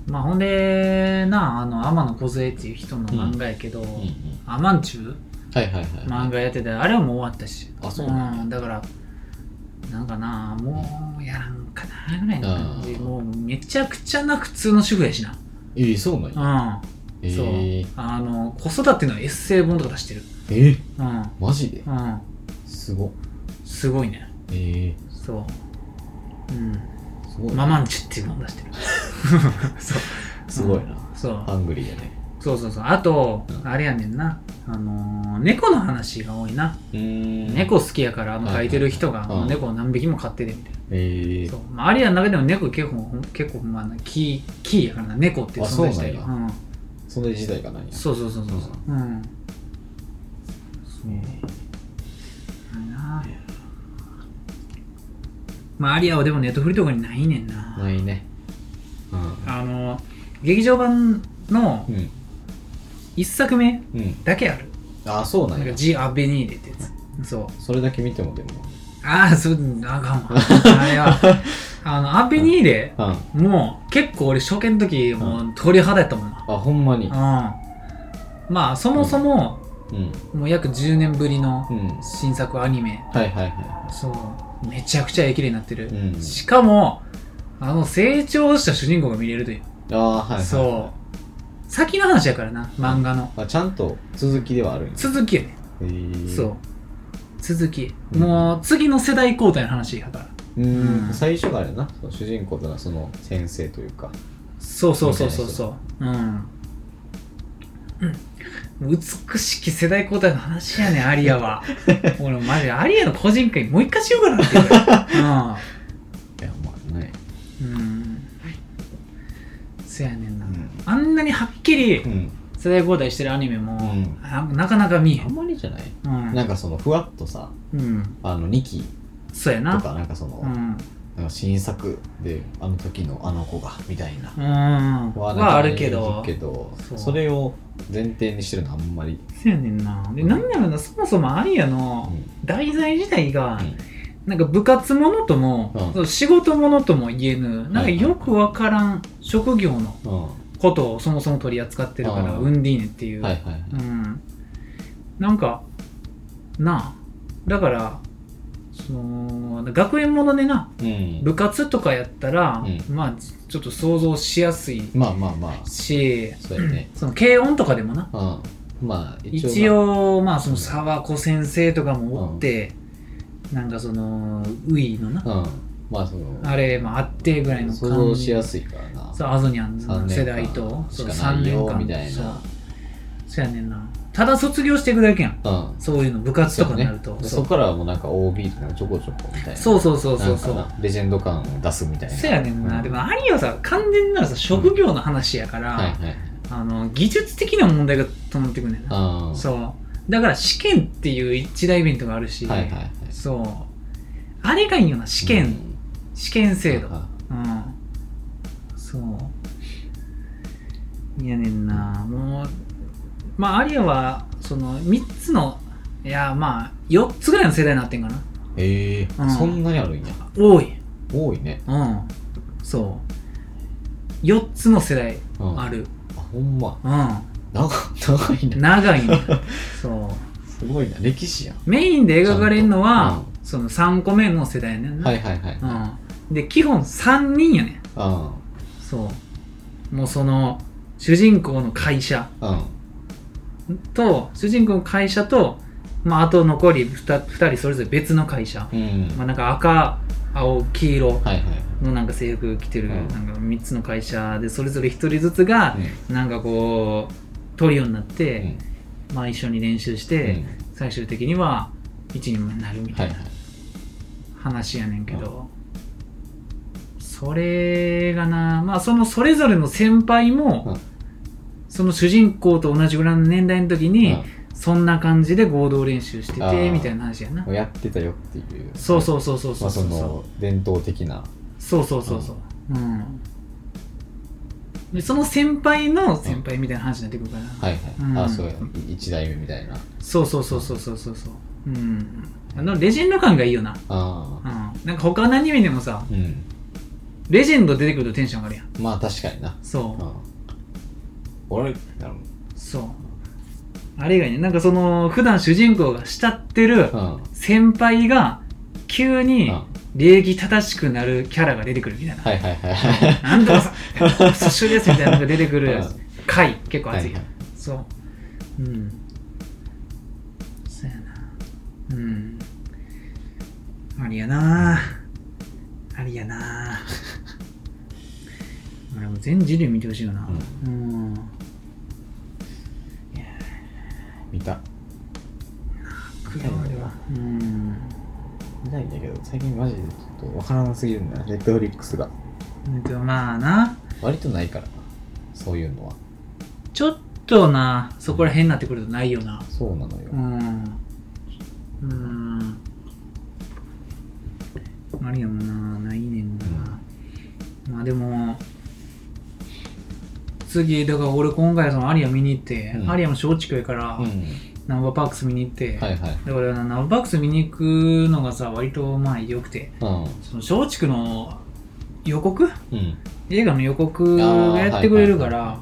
まあほんでなあの天野梢っていう人の漫画やけど、うんうんうん、アマンチュはいはいはい、 漫画やっててあれはもう終わったし、 あそうなんだ、 うん、だからなんかなもうやらんかなぐらいの感じ、もうめちゃくちゃな普通の主婦やしな。 えー、そうなんや、 うん、えー、そうあの子育てのエッセイ本とか出してる。 えー、うん、マジで、 うん、 すごすごいね。 えー、 そううんすごい、ね、 ママンチュっていうのを出してるそうすごいな、うん、 そうハングリーやね。 そうそうそう、あと、うん、あれやねんな、あのー、猫の話が多いな。うーん、猫好きやからあの描いてる人が、はいはいはい、猫を何匹も飼っててみたいな、えー、そう、まあ、アリアの中でも猫結構結構まあキーキーやからな、猫っていう存在自体が、うん、 その時代がないや。 そうそうそうそうそう、うん、うん、そう、えー、な、まあアリアはでもネットフリとかにないねんな。 ないね、うん、 あの劇場版の、うん一作目だけある、 うん、ああそうなんや。 なんかジ・アベニーレってやつ、そうそれだけ見てもでもああそうあかんわあれはあのアベニーレ、うん、もう結構俺初見の時もう鳥肌やったもんな、 うん、あほんまに、うん、 まあそもそも、うん、もう約じゅうねんぶりの新作アニメ、 うん、はいはいはい、 そうめちゃくちゃ綺麗になってる、うん、しかもあの成長した主人公が見れるという、 ああはいはい、はい、 そう先の話やからな、漫画の。 あ、ちゃんと続きではあるんや。 続きやね。へー、そう。続き。うん、もう次の世代交代の話やから。 うん、うん、最初があれな、主人公というのはその先生というか。 そうそうそうそうそう。うん。うん。美しき世代交代の話やねん、アリアは。俺マジアリアの個人会もう一回しようかなって言うから。うん。いや、 まあね。 うん。そうやねんな、うん、あんなにはっきり世代交代してるアニメも、うん、なかなか見えへん。 あんまりじゃない、うん、なんかそのふわっとさ、うん、あのにきそうやなとかなんかその、うん、なんか新作であの時のあの子がみたいな、 うん、はあるけど、 けど そ, それを前提にしてるのあんまり。 そうやねんな。で、なんだろうな、そもそもアリアの題材自体が、うんなんか部活ものとも、うん、仕事ものとも言えぬ、なんかよくわからん職業のことをそもそも取り扱ってるから、うん、ウンディーネっていう、はいはいはいうん、なんかなあだからその学園ものでな、うん、部活とかやったら、うん、まあちょっと想像しやすいし、 まあまあまあそうやね、 その軽音とかでもな、 うんまあ、 一応、一応まあその沢子先生とかもおって、うんなんかそのウイのな、うんまあ、そのあれもあってぐらいの想像しやすいからな。 そうアゾニャンの世代とそうさんねんかんみたいな。そうそうやねんな。ただ卒業していくだけやん、うん、そういうの部活とかになると そ,、ね、 そこからはもうなんか オービー とかちょこちょこみたいなそうそうそうそうそうレジェンド感を出すみたいな。 そうやねんな、うん、でもアリはさ完全なるさ職業の話やから、うんはいはい、あの技術的な問題が伴ってくんねんな。そうだから試験っていう一大イベントがあるし、はいはいはい、そうあれがいいよな試験、うん、試験制度、うん、そういやねんな。もうまあアリアはそのみっつのいやまあよっつぐらいの世代になってんかな。 へえーうん、そんなにあるんや。 多い多いね。 うんそうよっつの世代ある、うん、 あほんまうん長, 長いな長いなそうすごいな歴史やん。 メインで描かれるのは、うん、そのさんこめの世代やねんな。 はいはいはい、 うん、で基本さんにんやねん。あそうもうその主人公の会社、うん、と主人公の会社と、まあ、あと残り 2, ふたりそれぞれ別の会社、うんまあ、なんか赤青黄色のなんか制服着てるなんかみっつの会社でそれぞれひとりずつがなんかこうトリオになって、うんまあ、一緒に練習して、うん、最終的にはいちにんになるみたいな話やねんけど、はいはい、それがなまあそのそれぞれの先輩も、うん、その主人公と同じぐらいの年代の時に、うん、そんな感じで合同練習しててみたいな話やな。 やってたよっていうそうそうそうそうそうそう、 まあ、その伝統的なそうそうそうそう、うんうんでその先輩の先輩みたいな話になってくるから、うん、 はいはい、うん、あそうや一代目みたいなそうそうそうそうそうそうそううんあのレジェンド感がいいよなあ、うん、なんか他のアニメでもさ、うん、 レジェンド出てくるとテンション上がるやん。 まあ確かにな。 そう、うん、 俺なるそうあれ以外になんかその普段主人公が慕ってる先輩が急に礼儀正しくなるキャラが出てくるみたいな、 はいはいはいなんとかさそしゅですみたいなのが出てくる回結構熱い、はいはい、そううんそうやなうんありやなありやなあれも全人類見てほしいよな、うん、うんいや見た見た俺はうん見たいんだけど最近マジでちょっとわからなすぎるんだよネットフリックスがでもまあな割とないからなそういうのはちょっとなそこら辺になってくるとないよな、 うん、そうなのようんうんありやもんなないねんな、うん、まあでも次だから俺今回そのアリア見に行って、うん、アリアも松竹やから、うん、ナンバーパークス見に行って、はいはい、だからナンバーパークス見に行くのがさ割とまあ良くて、うん、その松竹の予告、うん、映画の予告がやってくれるから、はいはいはい、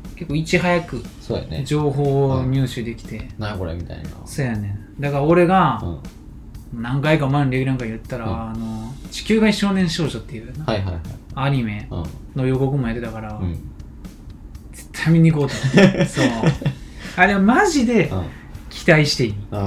結構いち早く情報を入手できて、 なあこれみたいなそうやねだから俺が、うん、何回か前にレギュラーか言ったら、うん、あの地球外少年少女っていう、はいはいはい、アニメの予告もやってたから、うん、絶対見に行こうと思ってそうあれはマジで期待していい、うん、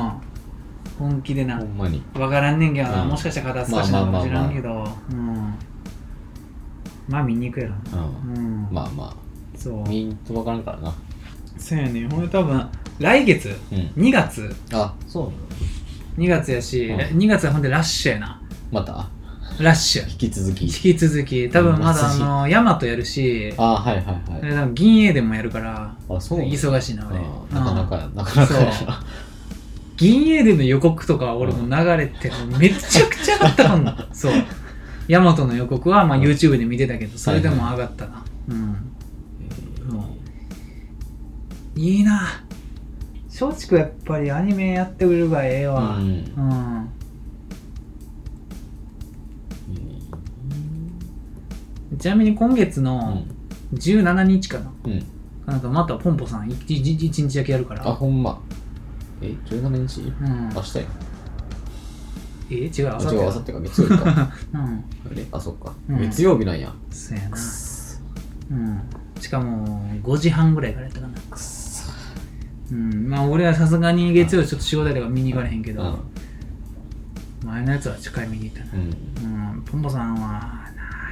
本気でなほんまに分からんねんけどな、うん、もしかしたら肩透かしなのかもしらんけど、まあまあまあ、うんまあ見に行くやろな、 うんうん、まあまあそう見んと分からんからなそうやねほんで多分来月、うん、にがつあそうなのにがつやし、うん、にがつはほんでラッシュやなまたラッシュ引き続き引き続き多分まだあのヤマトやるしあはいはいはい銀英でもやるからあそう忙しいな俺なかなかなかなかやな銀英での予告とか俺も流れてめちゃくちゃ上がったかもそうヤマトの予告はまあ YouTube で見てたけどそれでも上がったな、はいはい、うんもういいな松竹やっぱりアニメやってくれるばええわうん、うんちなみに今月のじゅうしちにちかな、うん、なんかまたポンポさんいちにちだけやるからあほんまえじゅうしちにち、うん、明日やえ違うあさってあさってか月曜日か、うん、あれあそっか、うん、月曜日なんやそうやなうんしかもごじはんぐらいからやったかなくっそうんまあ俺はさすがに月曜ちょっと仕事だから見に行かれへんけど、うん、前のやつは近い見に行ったな、うんうん、ポンポさんは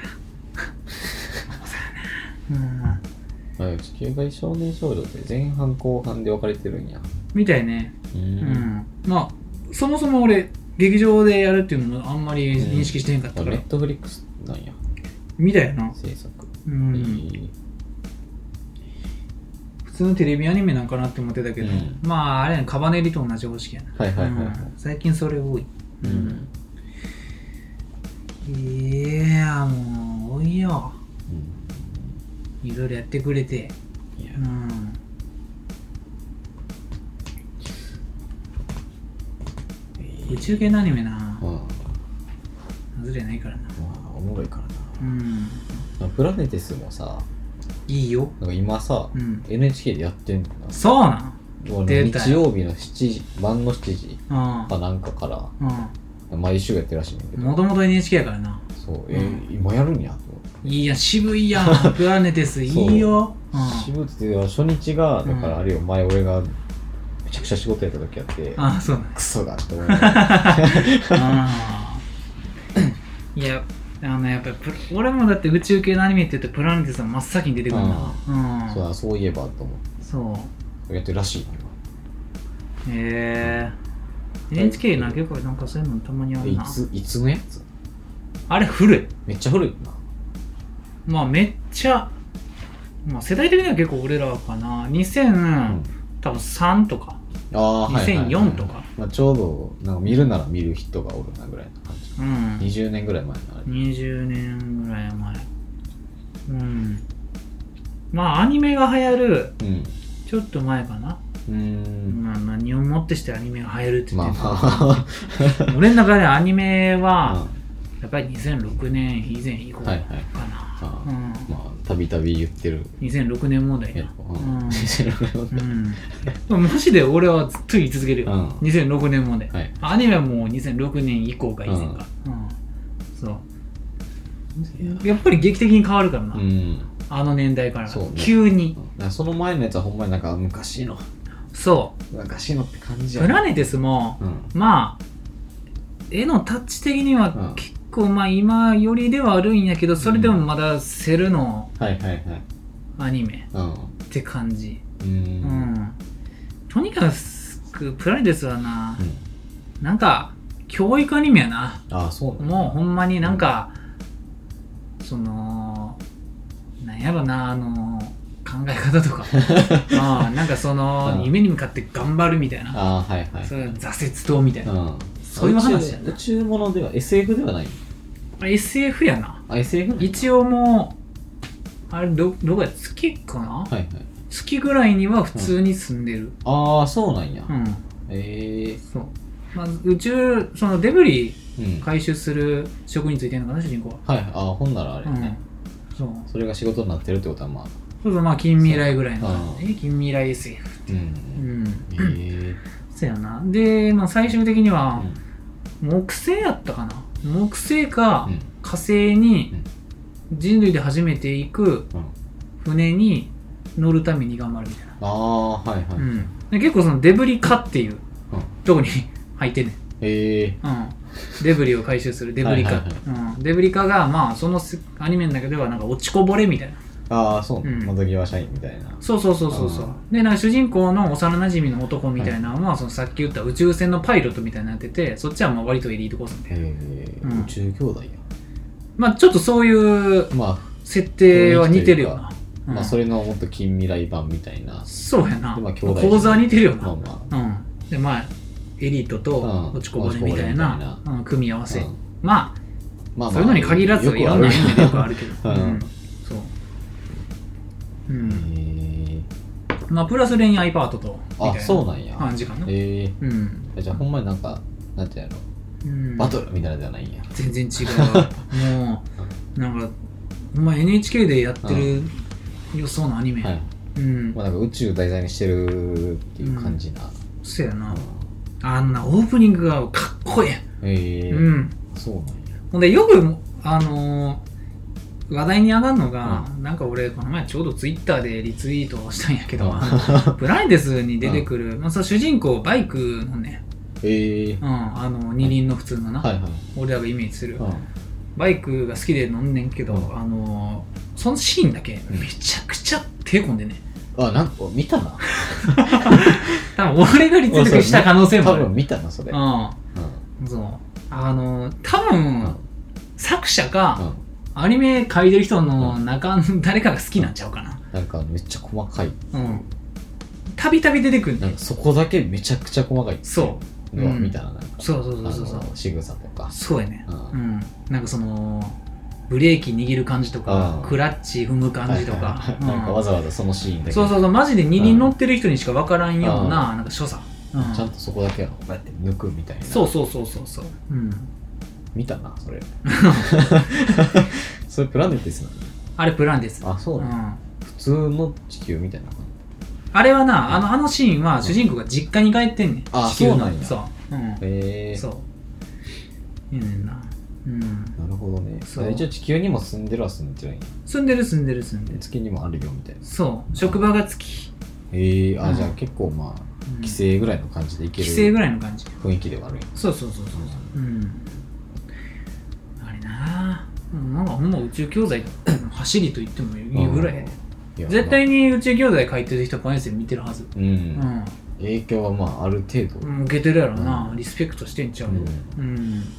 うん、地球外少年少女って前半後半で分かれてるんやみたいねうん、うん、まあそもそも俺劇場でやるっていうのもあんまり認識してへんかったから、 ネットフリックスなんやみたいな制作うん、えー、普通のテレビアニメなんかなって思ってたけど、うん、まああれやんカバネリと同じ方式やなはいはいはい、はいうん、 最近それ多いうんいやもう多いよいろいろやってくれて、いや、うん、えー、宇宙系のアニメな、うん、外れないからな、まあ、おもろいからな、 うん、 プラネテスもさいいよなんか今さ、うん、エヌエイチケー でやってんのなそうなん日曜日のしちじ晩のしちじかなんかから、うん、毎週やってるらしいんだけどもともと エヌエイチケー やからなそうえーうん、今やるんやと思っていいや渋いやんプラネテスいいよ、 うん、渋って初日がだからあれよ、うん、前俺がめちゃくちゃ仕事やった時やってあそうなんクソがって思いながらいやあのやっぱり俺もだって宇宙系のアニメって言ってプラネテスは真っ先に出てくるな、 うん、そうだそういえばと思ってそうやってるらしいよへえ エヌエイチケー な結構なんかそういうのたまにあるないついつのやつあれ古いめっちゃ古いなまあめっちゃ、まあ、世代的には結構俺らかなにせん、うん、多分さんとかあにせんよんとか、はいはいはいまあ、ちょうどなんか見るなら見る人がおるなぐらいの感じ、うん、にじゅうねんぐらい前のあれにじゅうねんぐらい前うんまあアニメが流行る、うん、ちょっと前かなうーんまあ何をもってしてアニメが流行るって言ってるの、まあ、俺の中でアニメは、うんやっぱりにせんろくねん以前以降かな、はいはい、 あ、うん、まあたびたび言ってるにせんろくねん問題な、うん、にせんろくねん問題、うん、マジで俺はずっと言い続けるよ、うん、にせんろくねん問題、はい、アニメはもうにせんろくねん以降か以前か、うんうん、そうやっぱり劇的に変わるからな、うん、あの年代から、ね、急に、 うん、その前のやつはほんまになんか昔のそう昔のって感じやプラネテスも、うん、まあ絵のタッチ的には結構、まあ今よりではあるんやけど、それでもまだセルのアニメって感じ、うんうん、とにかくプラネテスはな、うん、なんか教育アニメやな。 ああ、そうなんだ。 もうほんまになんか、うん、そのなんやろな、あの考え方とかあなんかその夢に向かって頑張るみたいな、 あ、はいはい、 それ挫折とみたいな、うん、そういう話やな。 宇宙ものでは エスエフ ではない？ あ エスエフ やな。 あ エスエフ？ 一応もうあれ ど, どこや月かな、はいはい、月ぐらいには普通に住んでる、 うん、ああそうなんや、 うん、 ええー、 そう、まあ、宇宙そのデブリ回収する職についてるのかな、主人公は。 はい、ああほんならあれね、うん、そうそれが仕事になってるってことはまあそうそう、まあ近未来ぐらいの感じ、近未来 エスエフ って、うん、うん、ええー、そうやな。で、まあ、最終的には、うん、木星やったかな、木星か火星に人類で初めて行く船に乗るために頑張るみたいな、 ああはいはい、うん、 で結構そのデブリ化っていう、うん、とこに入ってんねん。 へえー、 うんデブリを回収するデブリ化、はいはいはい、うん、デブリ化がまあそのアニメの中ではなんか落ちこぼれみたいな、 ああそう、うん、窓際社員みたいな、 そうそうそうそうそうで、なんか主人公の幼馴染の男みたいなのは、はい、そのさっき言った宇宙船のパイロットみたいになってて、そっちはまあ割とエリートコースみたいな、へえ、うん、宇宙兄弟や、 まあちょっとそういう設定は似てるよな、まあ、 うん、まあそれのもっと近未来版みたいな、 そうやな、まあ、構図は似てるよな、まあまあ、うん、でまあエリートと落ちこぼれみたいな、うん、組み合わせ、うん、まあ、まあまあそういうのに限らずいろんな意味でよくあるけど、うん、そう、うん、まあプラス恋愛パートとみたいな感じかな。 えー、うん、じゃあほんまになんかなんていうの、うん、バトルみたいなじゃないんや。 全然違うもうなんかほんま エヌエイチケー でやってる予想のアニメ、はい、うん、 まあ、なんか宇宙題材にしてるっていう感じな、うん、 そうやな、うん、あんなオープニングがかっこいい。 えー、 うん、 そうなんや。 ほんでよくあのー、話題に上がるのが、うん、なんか俺この前ちょうどツイッターでリツイートをしたんやけど、うん、プライデスに出てくる、うん、まあ、その主人公バイクのね、 えー、 うん、あの二輪の普通のな、はいはいはい、俺らがイメージする、うん、バイクが好きで乗んねんけど、うん、あのー、そのシーンだけめちゃくちゃ手込んでね、 あ、なんか見たな多分俺がリツイートした可能性もある。 多分見たなそれ、うん、 うん、そう、あの多分、うん、作者か、うん、アニメ描いてる人の中、うん、誰かが好きなんちゃうかな。 なんかめっちゃ細かい、 うん、たびたび出てくるんで、そこだけめちゃくちゃ細かい、 そうの見たらなんか、 そうそうそうそうそう、 仕草とか、 そうやね、うん、うん、なんかそのブレーキ握る感じとか、クラッチ踏む感じとか、 はいはいはい、うん、なんかわざわざそのシーンだけ、 そうそうそう、マジで二輪乗ってる人にしか分からんような、なんか所作、 うん、ちゃんとそこだけこうやって抜くみたいな、 そうそうそうそうそう、うん、 見たなそれそれプラネテスなの？あれプラネテス。 あ、そうなの、うん、普通の地球みたいな感じ。 あれはな、あのあのシーンは主人公が実家に帰ってんねん、 あ、そうなんや。 そう、うん、へえ、 そういいねんな、うん、 なるほどね。一応地球にも住んでるは住んでるんや。 住んでる住んでる住んでる。 月にもあるよみたいな。 そう、職場が月。 へえ、あ、うん、じゃあ結構まあ規制ぐらいの感じでいける。 規制ぐらいの感じ。 雰囲気ではあるんや。 そうそうそうそう。うん。あれなぁ、なんかほんま宇宙教材の走りと言ってもいいぐらいやね。絶対に宇宙教材書いてる人パンエス見てるはず。うん。うん、 影響はまあある程度、 うん、受けてるやろな、うん、リスペクトしてんちゃうの。うん。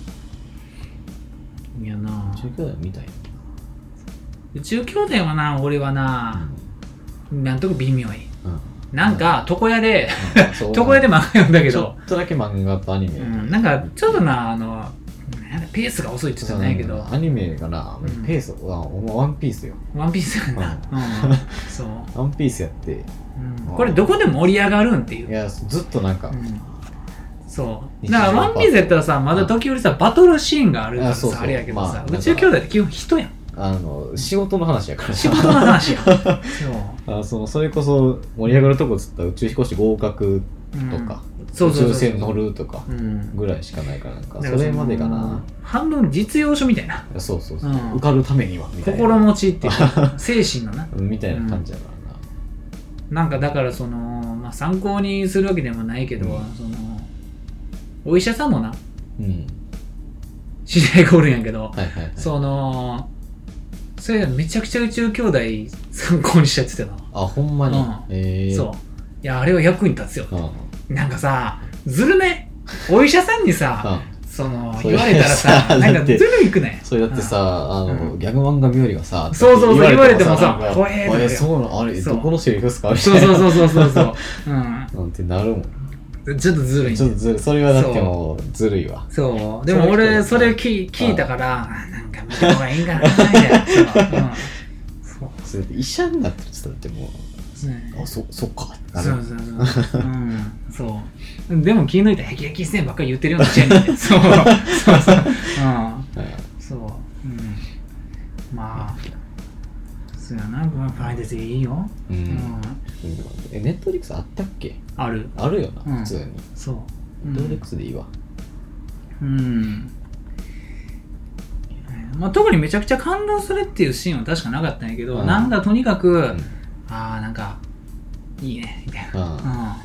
うん、いやな宇宙兄弟みたいな。 宇宙兄弟はな、俺はな、うん、なんとか微妙い。うん、なんか床屋で、うん、床屋で漫画読んだけど、ちょっとだけ漫画とアニメ、 うん、なんかちょっとな、あのペースが遅いって言ってたんやけど、 アニメがな、うん、ペースはワンピースよ。 ワンピースやな、うんうん、そうワンピースやって、 うん、これどこで盛り上がるんっていう。 いやずっとなんか、うん、 そうだからワンピースやったらさまだ時折さバトルシーンがあるからさ あ, そうそうあれやけどさ、まあ、宇宙兄弟って基本人やんあの仕事の話やから仕事の話やそうあそのそれこそ盛り上がるとこつったら宇宙飛行士合格とか、うん、宇宙船乗るとかぐらいしかないからなんか、うん、それまでかな半分実用書みたいなそうそうそう、うん、受かるためにはみたいな心持ちっていうか精神のなみたいな感じやからな、 うん、なんかだからその、まあ、参考にするわけでもないけど、うん、そのお医者さんもな、うん、知り合いがおるんやけど、はいはいはい、そのそれめちゃくちゃ宇宙兄弟参考にしちゃってたなあほんまに、うんえー、そういやあれは役に立つよ、うん、なんかさずるねお医者さんにさ、うん、その言われたらさなんかずるいくねそれだってさ、うん、あの、うん、ギャグ漫画日和がさそうそうそう言われてもさ怖えーそうなのあれどこのセリフですかみたいなそうそうそうそうそううんなんてなるもんちょっとずるい、ね、 ちょっとずるいそれはだってもうずるいわそうでも俺それ聞いたからなんか見た方がいいんかなみたいなそう、うん、 そうそれで医者になってるって言ったらでもうん、あそそっかそうそうそう、うん、そうでも気抜いたらヘキヘキしてんばっかり言ってるようなチェーンでそうそうそう、うん、そう、うん、まあそうやなファイデスいいよ、うんうん、 えネットリックスあったっけあるあるよな、うん、普通にそうネットリックスでいいわうん、うんまあ、特にめちゃくちゃ感動するっていうシーンは確かなかったんやけど、うん、なんかとにかく、うんああなんかいいねみたいな、うんうん、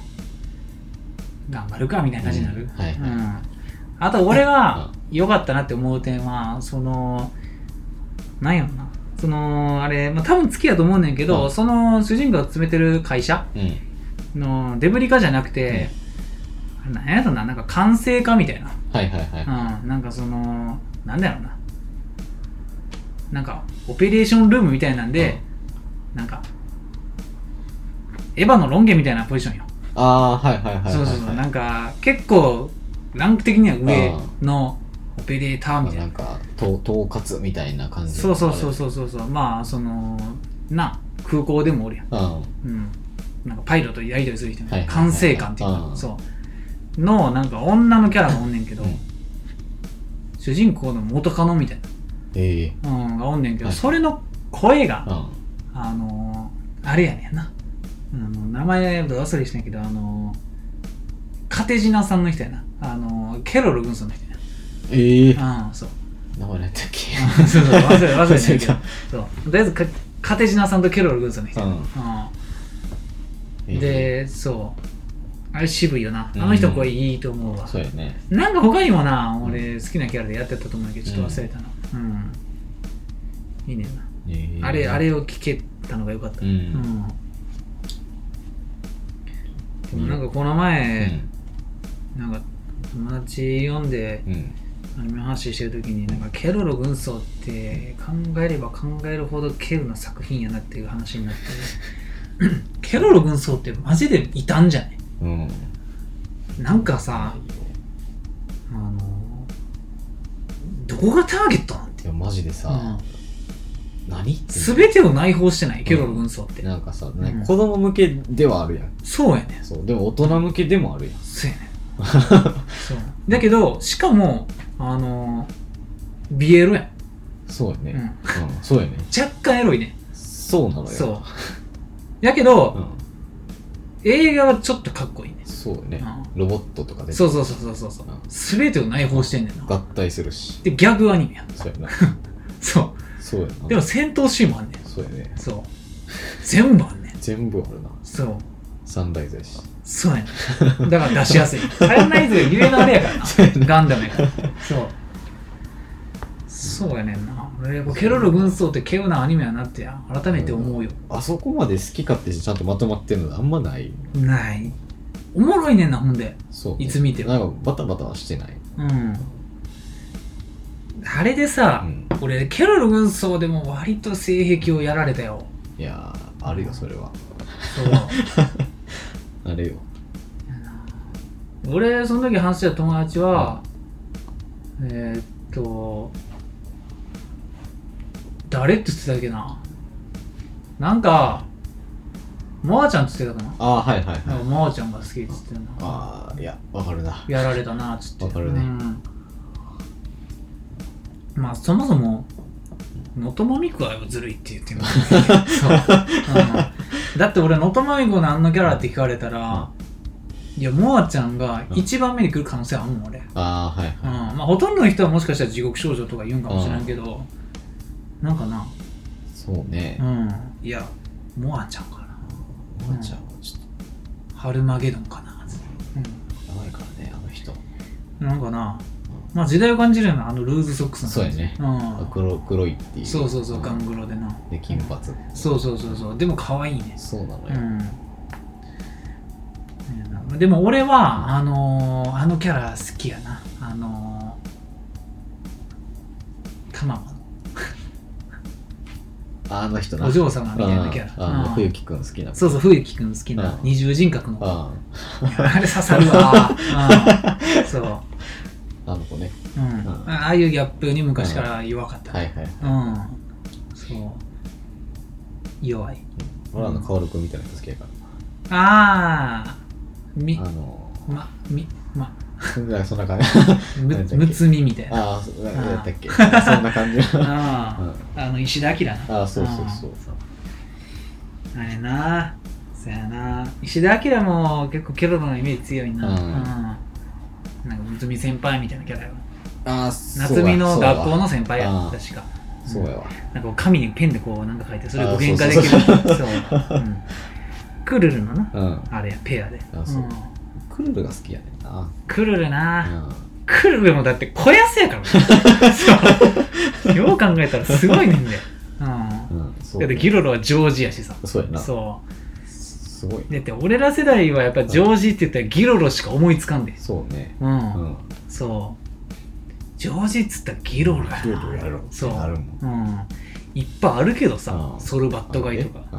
頑張るかみたいな感じになる、うんはいはいうん、あと俺が良かったなって思う点はそのなんやろなそのあれ、まあ、多分好きやと思うねんけど、うん、その主人公が詰めてる会社のデブリ課じゃなくて、うん、なんやろななんか管制課みたいな、 はいはいはいうん、なんかそのなんだろうななんかオペレーションルームみたいなんで、うん、なんかエヴァのロン毛みたいなポジションよ。 ああーはいはいはい、はい、 そうそうそうなんか結構ランク的には上のオペレーターみたいななんか統括みたいな感じそうそうそうそうそうそうまあそのな空港でもおるやん、うん、なんかパイロットとやり取りする人みたいな管制官っていうかそうのなんか女のキャラがおんねんけど、うん、主人公の元カノみたいな、 えーうん、がおんねんけど、はい、それの声が、うん、あのー、あれやねんなあの名前忘れしてんけどあのカテジナさんの人やなあのケロル軍曹の人やなええー、 ああそう名前何やったっけそうそう忘れ忘れてんけどそうとりあえずカカテジナさんとケロル軍曹の人やな、うんうん、で、えー、そうあれ渋いよなあの人声いいと思うわ、 うん、そうやねなんか他にもな俺好きなキャラでやってたと思うけどちょっと忘れたなうん、うん、いいねんな、えー、あれあれを聞けたのがよかった、うんうんなんかこの前、うん、なんか友達読んで、うん、アニメ発信してる時になんかケロロ軍曹って考えれば考えるほどケルな作品やなっていう話になってケロロ軍曹ってマジでいたんじゃない、うん、なんかさあのどこがターゲットなんていやマジでさ、うん何全てを内包してないケロロ軍曹って、 うん、なんかさ、ねうん、子供向けではあるやんそうやねそうでも大人向けでもあるやんそうやねそうだけどしかもあのビエロやんそうやね、うんうん、そうやね若干エロいねそうなのよそうやけど、うん、映画はちょっとかっこいいねそうやね、うん、ロボットとかでそうそうそうそうそう、うん、全てを内包してんねんな合体するしでギャグアニメやんそうやなそうそうやなでも戦闘シーンもあんねんそうやねそう全部あんねん全部あるなそうサンライズやしそうやねんだから出しやすいサンライズがゆえのあれやからなガンダムやからそうそうやねんな俺ケロロ軍曹って稀有なアニメやなって改めて思うよ、 うん、あそこまで好き勝手ちゃんとまとまってるのあんまないないおもろいねんなほんでそう、ね、いつ見てもなんかバタバタはしてないうんあれでさ、うん、俺ケロロ軍曹でも割と性癖をやられたよいやーあるよそれはそうあれよ俺その時話した友達は、うん、えー、っと誰って言ってたっけななんかモアちゃんって言ってたかな。 ああはいはいはい。 モアちゃんが好きって言ってたな。 ああいやわかるな。 やられたなっつって。 わかるね。うん、 まあそもそも能登まみこはずるいって言ってます、ね、そう、うん、だって俺能登まみこのあんなキャラって聞かれたら、うん、いやモアちゃんが一番目に来る可能性あるもん俺。 ああはいはい、 うん、まあほとんどの人はもしかしたら地獄少女とか言うんかもしれんけど、なんかな。 そうね。 うん。いやモアちゃんかな。 モアちゃんはちょっとハルマゲドンかな。 うん。やばいからねあの人。 なんかな。まあ時代を感じるようなあのルーズソックスの。 そうやね。うん。黒黒いっていう。 そうそうそうガングロでな。 で金髪。 そうそうそうそう。でも可愛いね。 そうなのよ。 うん。でも俺はあのー、あのキャラ好きやな。あのー、タママ。 あの人なお嬢様みたいなキャラ。 ああ、冬木くん好きな。 そうそう、冬木くん好きな二重人格の。ああれ刺さるわ。そう。 あの子ね。 うん。ああいうギャップに昔から弱かった。 はいはい。 うん。そう。弱い。 俺はあのカオルくんみたいな人好きやから。ああ。み、 あのま、み、ま。 そんな感じ。 むつみみたいな。 ああ、そうやったっけ。そんな感じ。 ああ、あの石田明な。 ああ、そうそうそう。 あれな、そやな。石田明も結構ケロロのイメージ強いな。うん。なんかむつみ先輩みたいなキャラよ。 ああ、 夏美の学校の先輩や、確か。 そうやわ。 なんか紙にペンでこうなんか書いて、それを具現化できる。そう。クルルのな、あれや、ペアで。 クルルが好きやねんな。 クルルな、うん、クルルもだって小安やからね。そうよう考えたらすごいねんだよ。うんうん、そうね、だってギロロはジョージやしさ。 そうやな。 そうすごい。 だって俺ら世代はやっぱジョージって言ったらギロロしか思いつかんで。 そうね。 うん。うん、そうジョージっつったらギロロや。 ギロロやろ。 そうあるもん。 うん。いっぱいあるけどさ、ソルバットガイとか。うん。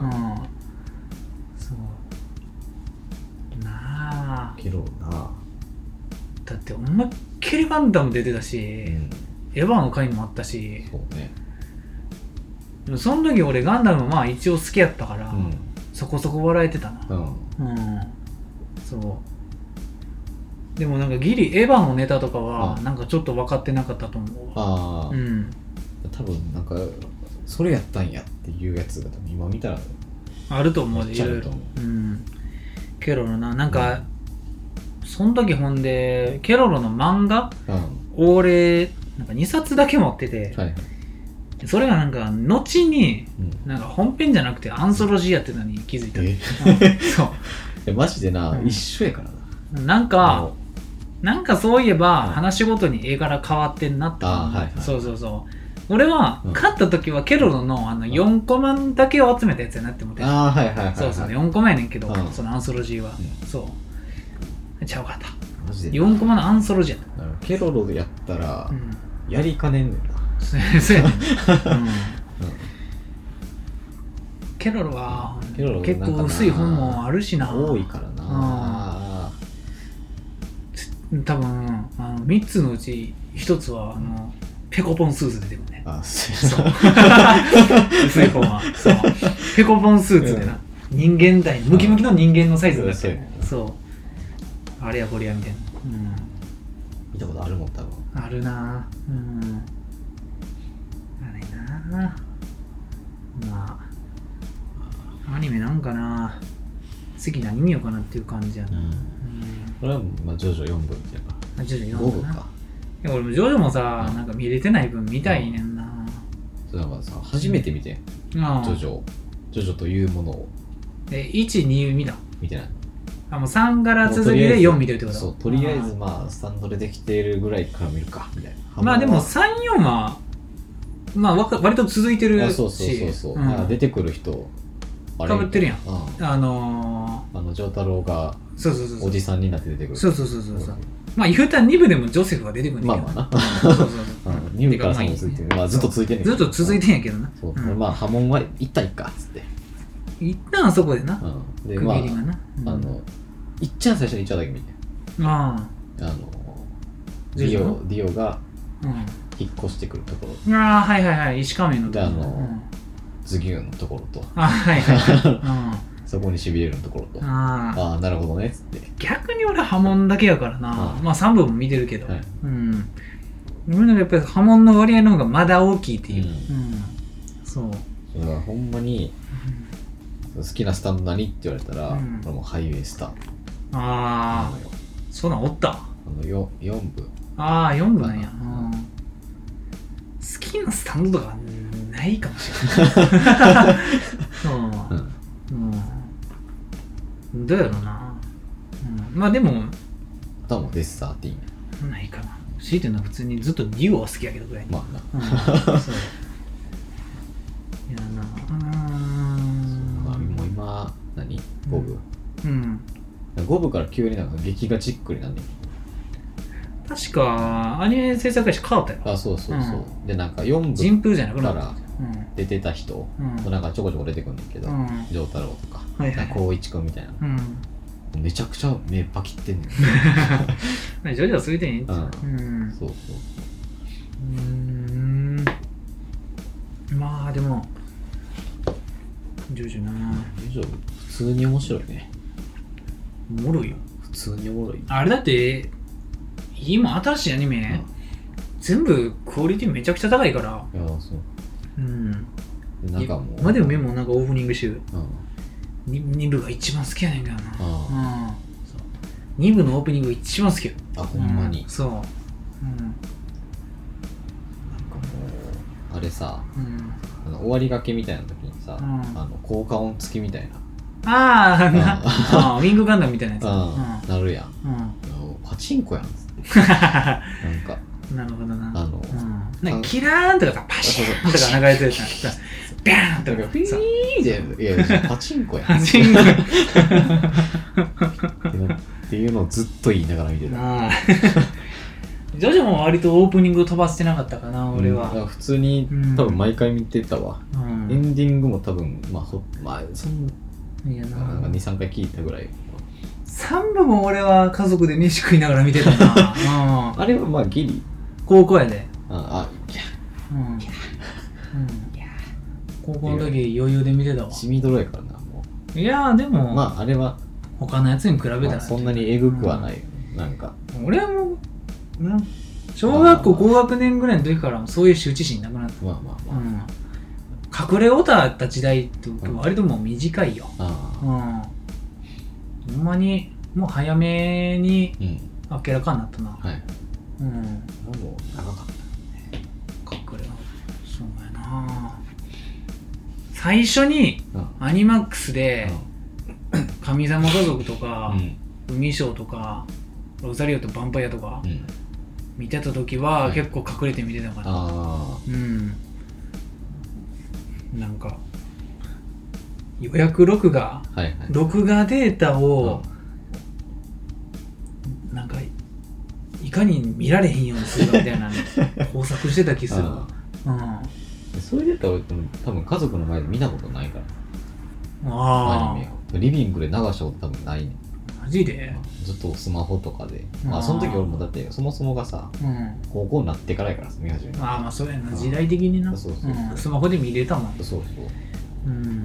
ギロロな。 だって思いっきりガンダム出てたし、うん、エヴァの回もあったし。 そうね。 でもその時俺ガンダムまあ一応好きやったから、うん、そこそこ笑えてたな。うん。うん、そうでもなんかギリエヴァのネタとかはなんかちょっと分かってなかったと思う。ああ。うん。 多分なんかそれやったんやっていうやつが今見たらあると思うで、いろいろ。うん。ケロロな、なんか、うん、その時ほんでケロロの漫画、うん、俺なんかにさつだけ持ってて、はいはい、それがなんか後に、うん、なんか本編じゃなくてアンソロジーやってたのに気づいた。えうん、そうえマジでな、うん、一緒やからな。なんかなんかそういえば話ごとに絵柄変わってんなって思う、はいはい、そうそうそう。俺は、うん、勝った時はケロロのあのよんコマだけを集めたやつやなって思って。 ああはいはいはい、はい、 そうそうよんコマやねんけど、うん、そのアンソロジーは、うん、そうちゃうかった。マジでよんコマのアンソロジーやった。 ケロロでやったら、うん、やりかねんねんな。 そうやねん、うんうん、ケロロはケロロ結構薄い本もあるしな。 多いからな、 うん、多分あのみっつのうちひとつはあのペコポンスーツ出てくるね。 あ、そう薄い本はそうペコポンスーツでな、うん、人間大ムキムキの人間のサイズだったよ。そうあれやこれやみたいな、うん、 見たことあるもん多分。 あるな、うん、あれな。まあアニメなんかな、次何見ようかなっていう感じやな。うん、 これはまあジョジョよんぶんっていうか。 あ、ジョジョよんぶんか。いや俺もジョジョもさ、なんか見れてない分見たいねんな。 だからさ、初めて見て、ジョジョジョジョというものを。 え、いち、に見た？ 見てない。 あ、もうさんから続きでよん見てるってこと？ そう、とりあえずまあスタンドでできているぐらいから見るかみたいな。 まあでもさん、よんはまあ割と続いてるし。 そうそうそうそう、うん、出てくる人かぶってるやん。うん、あのー、あの丈太郎がおじさんになって出てくる。 そうそうそうそうそう。まあ言うたらに部でもジョセフが出てくるんだけど。 まあまあな。そうそうそう。に部からさん部続いてる。まあずっと続いてんねんけど。 ずっと続いてんやけどな。 そう。まあ波紋は一旦いっかっつって。 一旦あそこでな。 でまああのいっちゃん最初にいっちゃんだけ見て。ああ。あのディオディオが引っ越してくるところ。 ああはいはいはい、石川面のところ。 であのズギューのところと。 あはいはい。 そこにしびれるところとああなるほどねっつって逆に俺は波紋だけやからな、まあさんぶんも見てるけど、はい、うん俺なんかやっぱり波紋の割合の方がまだ大きいっていう、うんうん、そうだからほんまに、うん、好きなスタンド何って言われたら、うん、俺もハイウェイスターああそうなんおったあの よん部ああよん部なんや、うん、好きなスタンドとかないかもしれないそう、うんうん、どうやろうな、うん、まあでも多分デスサーティーンないかな強いてるのは普通にずっとデュオは好きやけどぐらいにまあな、うん、そういやなうんまあもう今何ご部うんご部から急になんか劇画チックになんねん確かアニメ制作会社変わったよあそうそうそう、うん、でなんかよん部人風じゃなくなるから出てた人もなんかちょこちょこ出てくるんだけど丈、うん、太郎とか光一君みたいな、うん、めちゃくちゃ目パキってんねんジョジョすぎてんねん、うんうん、そうそううーんまあでもジョジョなジョジョ普通に面白いねおもろいよ普通におもろいあれだって今新しいアニメ、うん、全部クオリティめちゃくちゃ高いからいやそううんなんかもう今でもメモなんかオープニング集、うん、に部が一番好きやねんけどな、うん、そうに部のオープニングが一番好きよあほんまに、 うん、そう、うん、なんかもうあれさ、うん、あの終わりがけみたいな時にさ、うん、あの効果音付きみたいなあーなあウィングガンダムみたいなやつ、 うん、なるやん、うん、パチンコやんなんかなるほどなあの、 うん、なんかキラーンとかパシーンとか流れてるじゃんビャーンとかピーでいやいやパチンコやんパチンコっていうのをずっと言いながら見てたジョジョも割とオープニング飛ばしてなかったかな俺は、 うん、普通に多分毎回見てたわ、うん、エンディングも多分まあほまあそんいやな にさんかい聞いたぐらいさん部も俺は家族で飯食いながら見てたな、 うん、あれはまあギリ高校やでああいやうん、うん、いや高校の時余裕で見てたわ血みどろやからなもういやでもまああれは他のやつに比べたら、まあ、 そんなにえぐくはない、うん、なんか俺はもう小学校高学年ぐらいの時からそういう羞恥心なくなった、まあまあまあ、うん、隠れオタだった時代って割ともう短いよ、うん、ほんまにもう早めに明らかになったな、うん、はい、うん、もう長かったね隠れそうやな最初にアニマックスで神様家族とか、うん、海将とかロザリオとヴァンパイアとか、うん見てた時は結構隠れて見てたから、はい、うんなんか予約録画、はいはい、録画データを、うん、なんかいかに見られへんようにするかみたいな工作してた気するわ、 うん、それで言ったら俺多分家族の前で見たことないからあアニメをリビングで流したこと多分ないねマジでずっとスマホとかでまあその時俺もだってそもそもがさ、うん、高校になってからやから見始めたああまあそうやな時代的になそうそうそう、うん、スマホで見れたもんそうそううん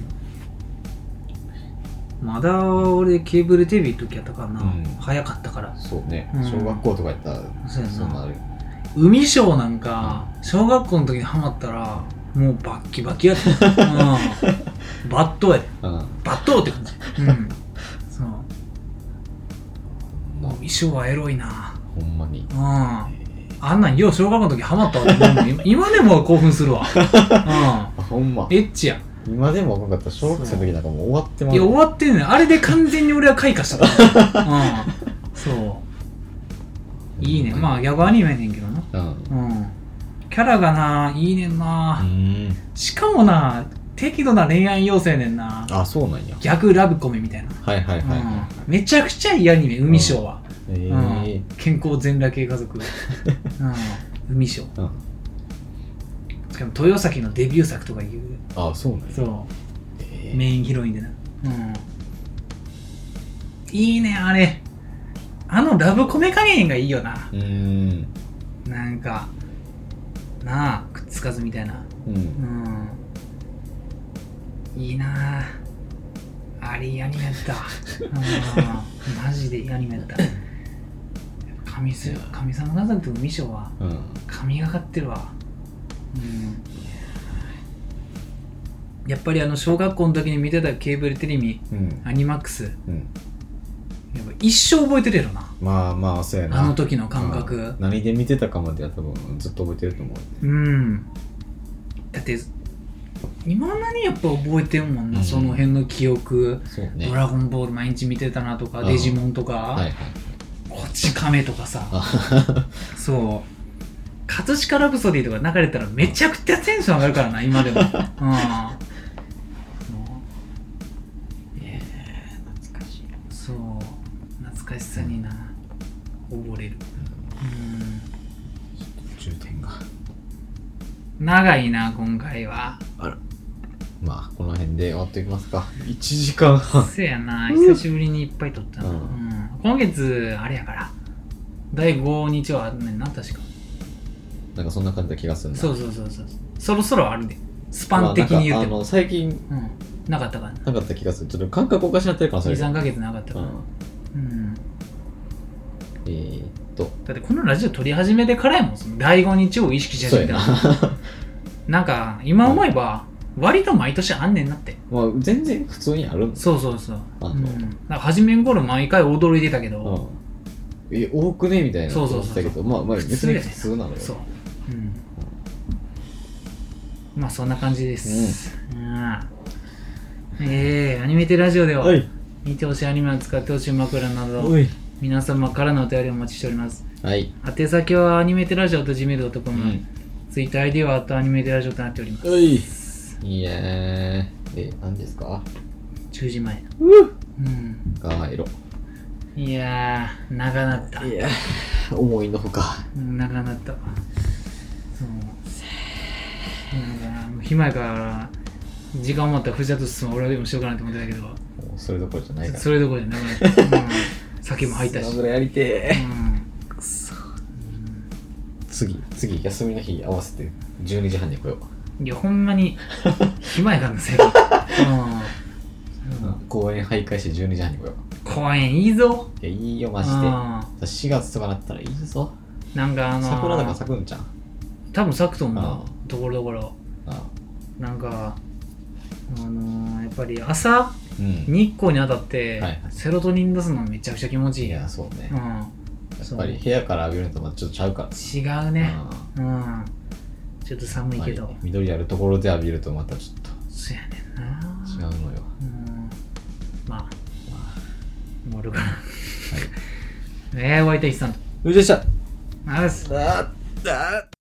まだ俺ケーブルテレビの時やったからな、うん、早かったからそうね、うん、小学校とかやったらそうやなそんなある海ショーなんか、うん、小学校の時にハマったらもうバッキバキやった、うん、バットやで、うん、バットって感じうんそう海ショーはエロいなほんまに、 うん、あんなんよう小学校の時ハマったわ今でも興奮するわ、 うん、ほんまエッチや今でも分かった小学生の時なんかもう終わってますいや終わってんねんあれで完全に俺は開花したから、うん、そういいねまあギャグアニメやねんけどな、うんうん、キャラがないいねんなうんしかもな適度な恋愛要素やねんなあそうなんや逆ラブコメみたいなはいはいはい、はいうん、 めちゃくちゃいいアニメ海ショーは、うんえーうん、健康全裸系家族、うん、海ショー、うんしかも豊崎のデビュー作とかいうああそうねそう、えー、メインヒロインでな、うん、いいねあれあのラブコメ加減がいいよなうんなんかなあくっつかずみたいな、うんうん、いいなあれ嫌になったマジで嫌になった神様がさんと海翔は神がかってるわ、うん、やっぱりあの小学校の時に見てたケーブルテレビ、うん、アニマックス、うん、やっぱ一生覚えてるやろな。 まあまあそうやな、 あの時の感覚、 まあ、何で見てたかまでは多分ずっと覚えてると思う。 うんだって今までやっぱ覚えてるもんな、うん、その辺の記憶、そうね、ドラゴンボール毎日見てたなとか、デジモンとか、はいはい、こち亀とかさそう葛飾ラプソディとか流れたらめちゃくちゃテンション上がるからな今でも、うん、えー、懐かしい。そう懐かしさにな溺れる。うん重点が長いな今回は。 あらまあこの辺で終わっていきますか。いちじかんはん。 せやな久しぶりにいっぱい撮ったな、うんうん、今月あれやからだいご日はあるねんな確か。 なんかそんな感じな気がするな。 そうそうそうそうそろそろあるでスパン的に言っても、 まあ、あの最近、うん、 なかったかななかった気がする。ちょっと感覚おかしなってるかもしれない。 にさんかげつなかったかな、うんうん、 えー、っとだってこのラジオ撮り始めてからやもんそのだいご日を意識し始めたなんか今思えば割と毎年あんねんなって、 まあ、全然普通にあるんだ。 そうそうそう、あの、うん、なんか初めん頃毎回驚いてたけど、 うん、え多くねみたいなそうそうそうそうだけど、まあまあ別に普通なのよ。 そう、うん、まあそんな感じです、うんうん、えー、アニメテラジオでは、はい、見てほしいアニメを使ってほしい枕など皆様からのお便りをお待ちしております、はい、宛先はアニメテラジオと ジーメールドットコム、うん、ツイッター アイディー はあとアニメテラジオとなっております。はい、 いやーえ何ですかじゅうじまえうっうん帰ろいやー長なった。 いやー思いのほか長なったわ。そうなんか暇やから時間終わったら藤田と進む俺でもしようかなって思ってたけどそれどころじゃないからそれどころじゃなくなった、うん、酒も入ったしそれやりてー、うん、くそ、うん、次次休みの日合わせてじゅうにじはんに来よう。 いやほんまに暇やからなせい、うんうん、公園徘徊してじゅうにじはんに来よう。 公園いいぞ。 いやいいよマジで。しがつとかなったらいいぞ。 なんかあのー、 桜とか咲くんじゃん。 多分咲くと思う。ところどころなんかあのー、やっぱり朝、うん、日光に当たって、はいはい、セロトニン出すのめちゃくちゃ気持ちいい。 いやそうね、うん、やっぱり部屋から浴びるのとまたちょっとちゃうから。 違うね、うん、うん、ちょっと寒いけど、 はい、緑あるところで浴びるとまたちょっとそうやねんな違うのよ、 うん、まあ、まあ、終わるかなはいえー、お会いいたいさんとうでしたあっあっ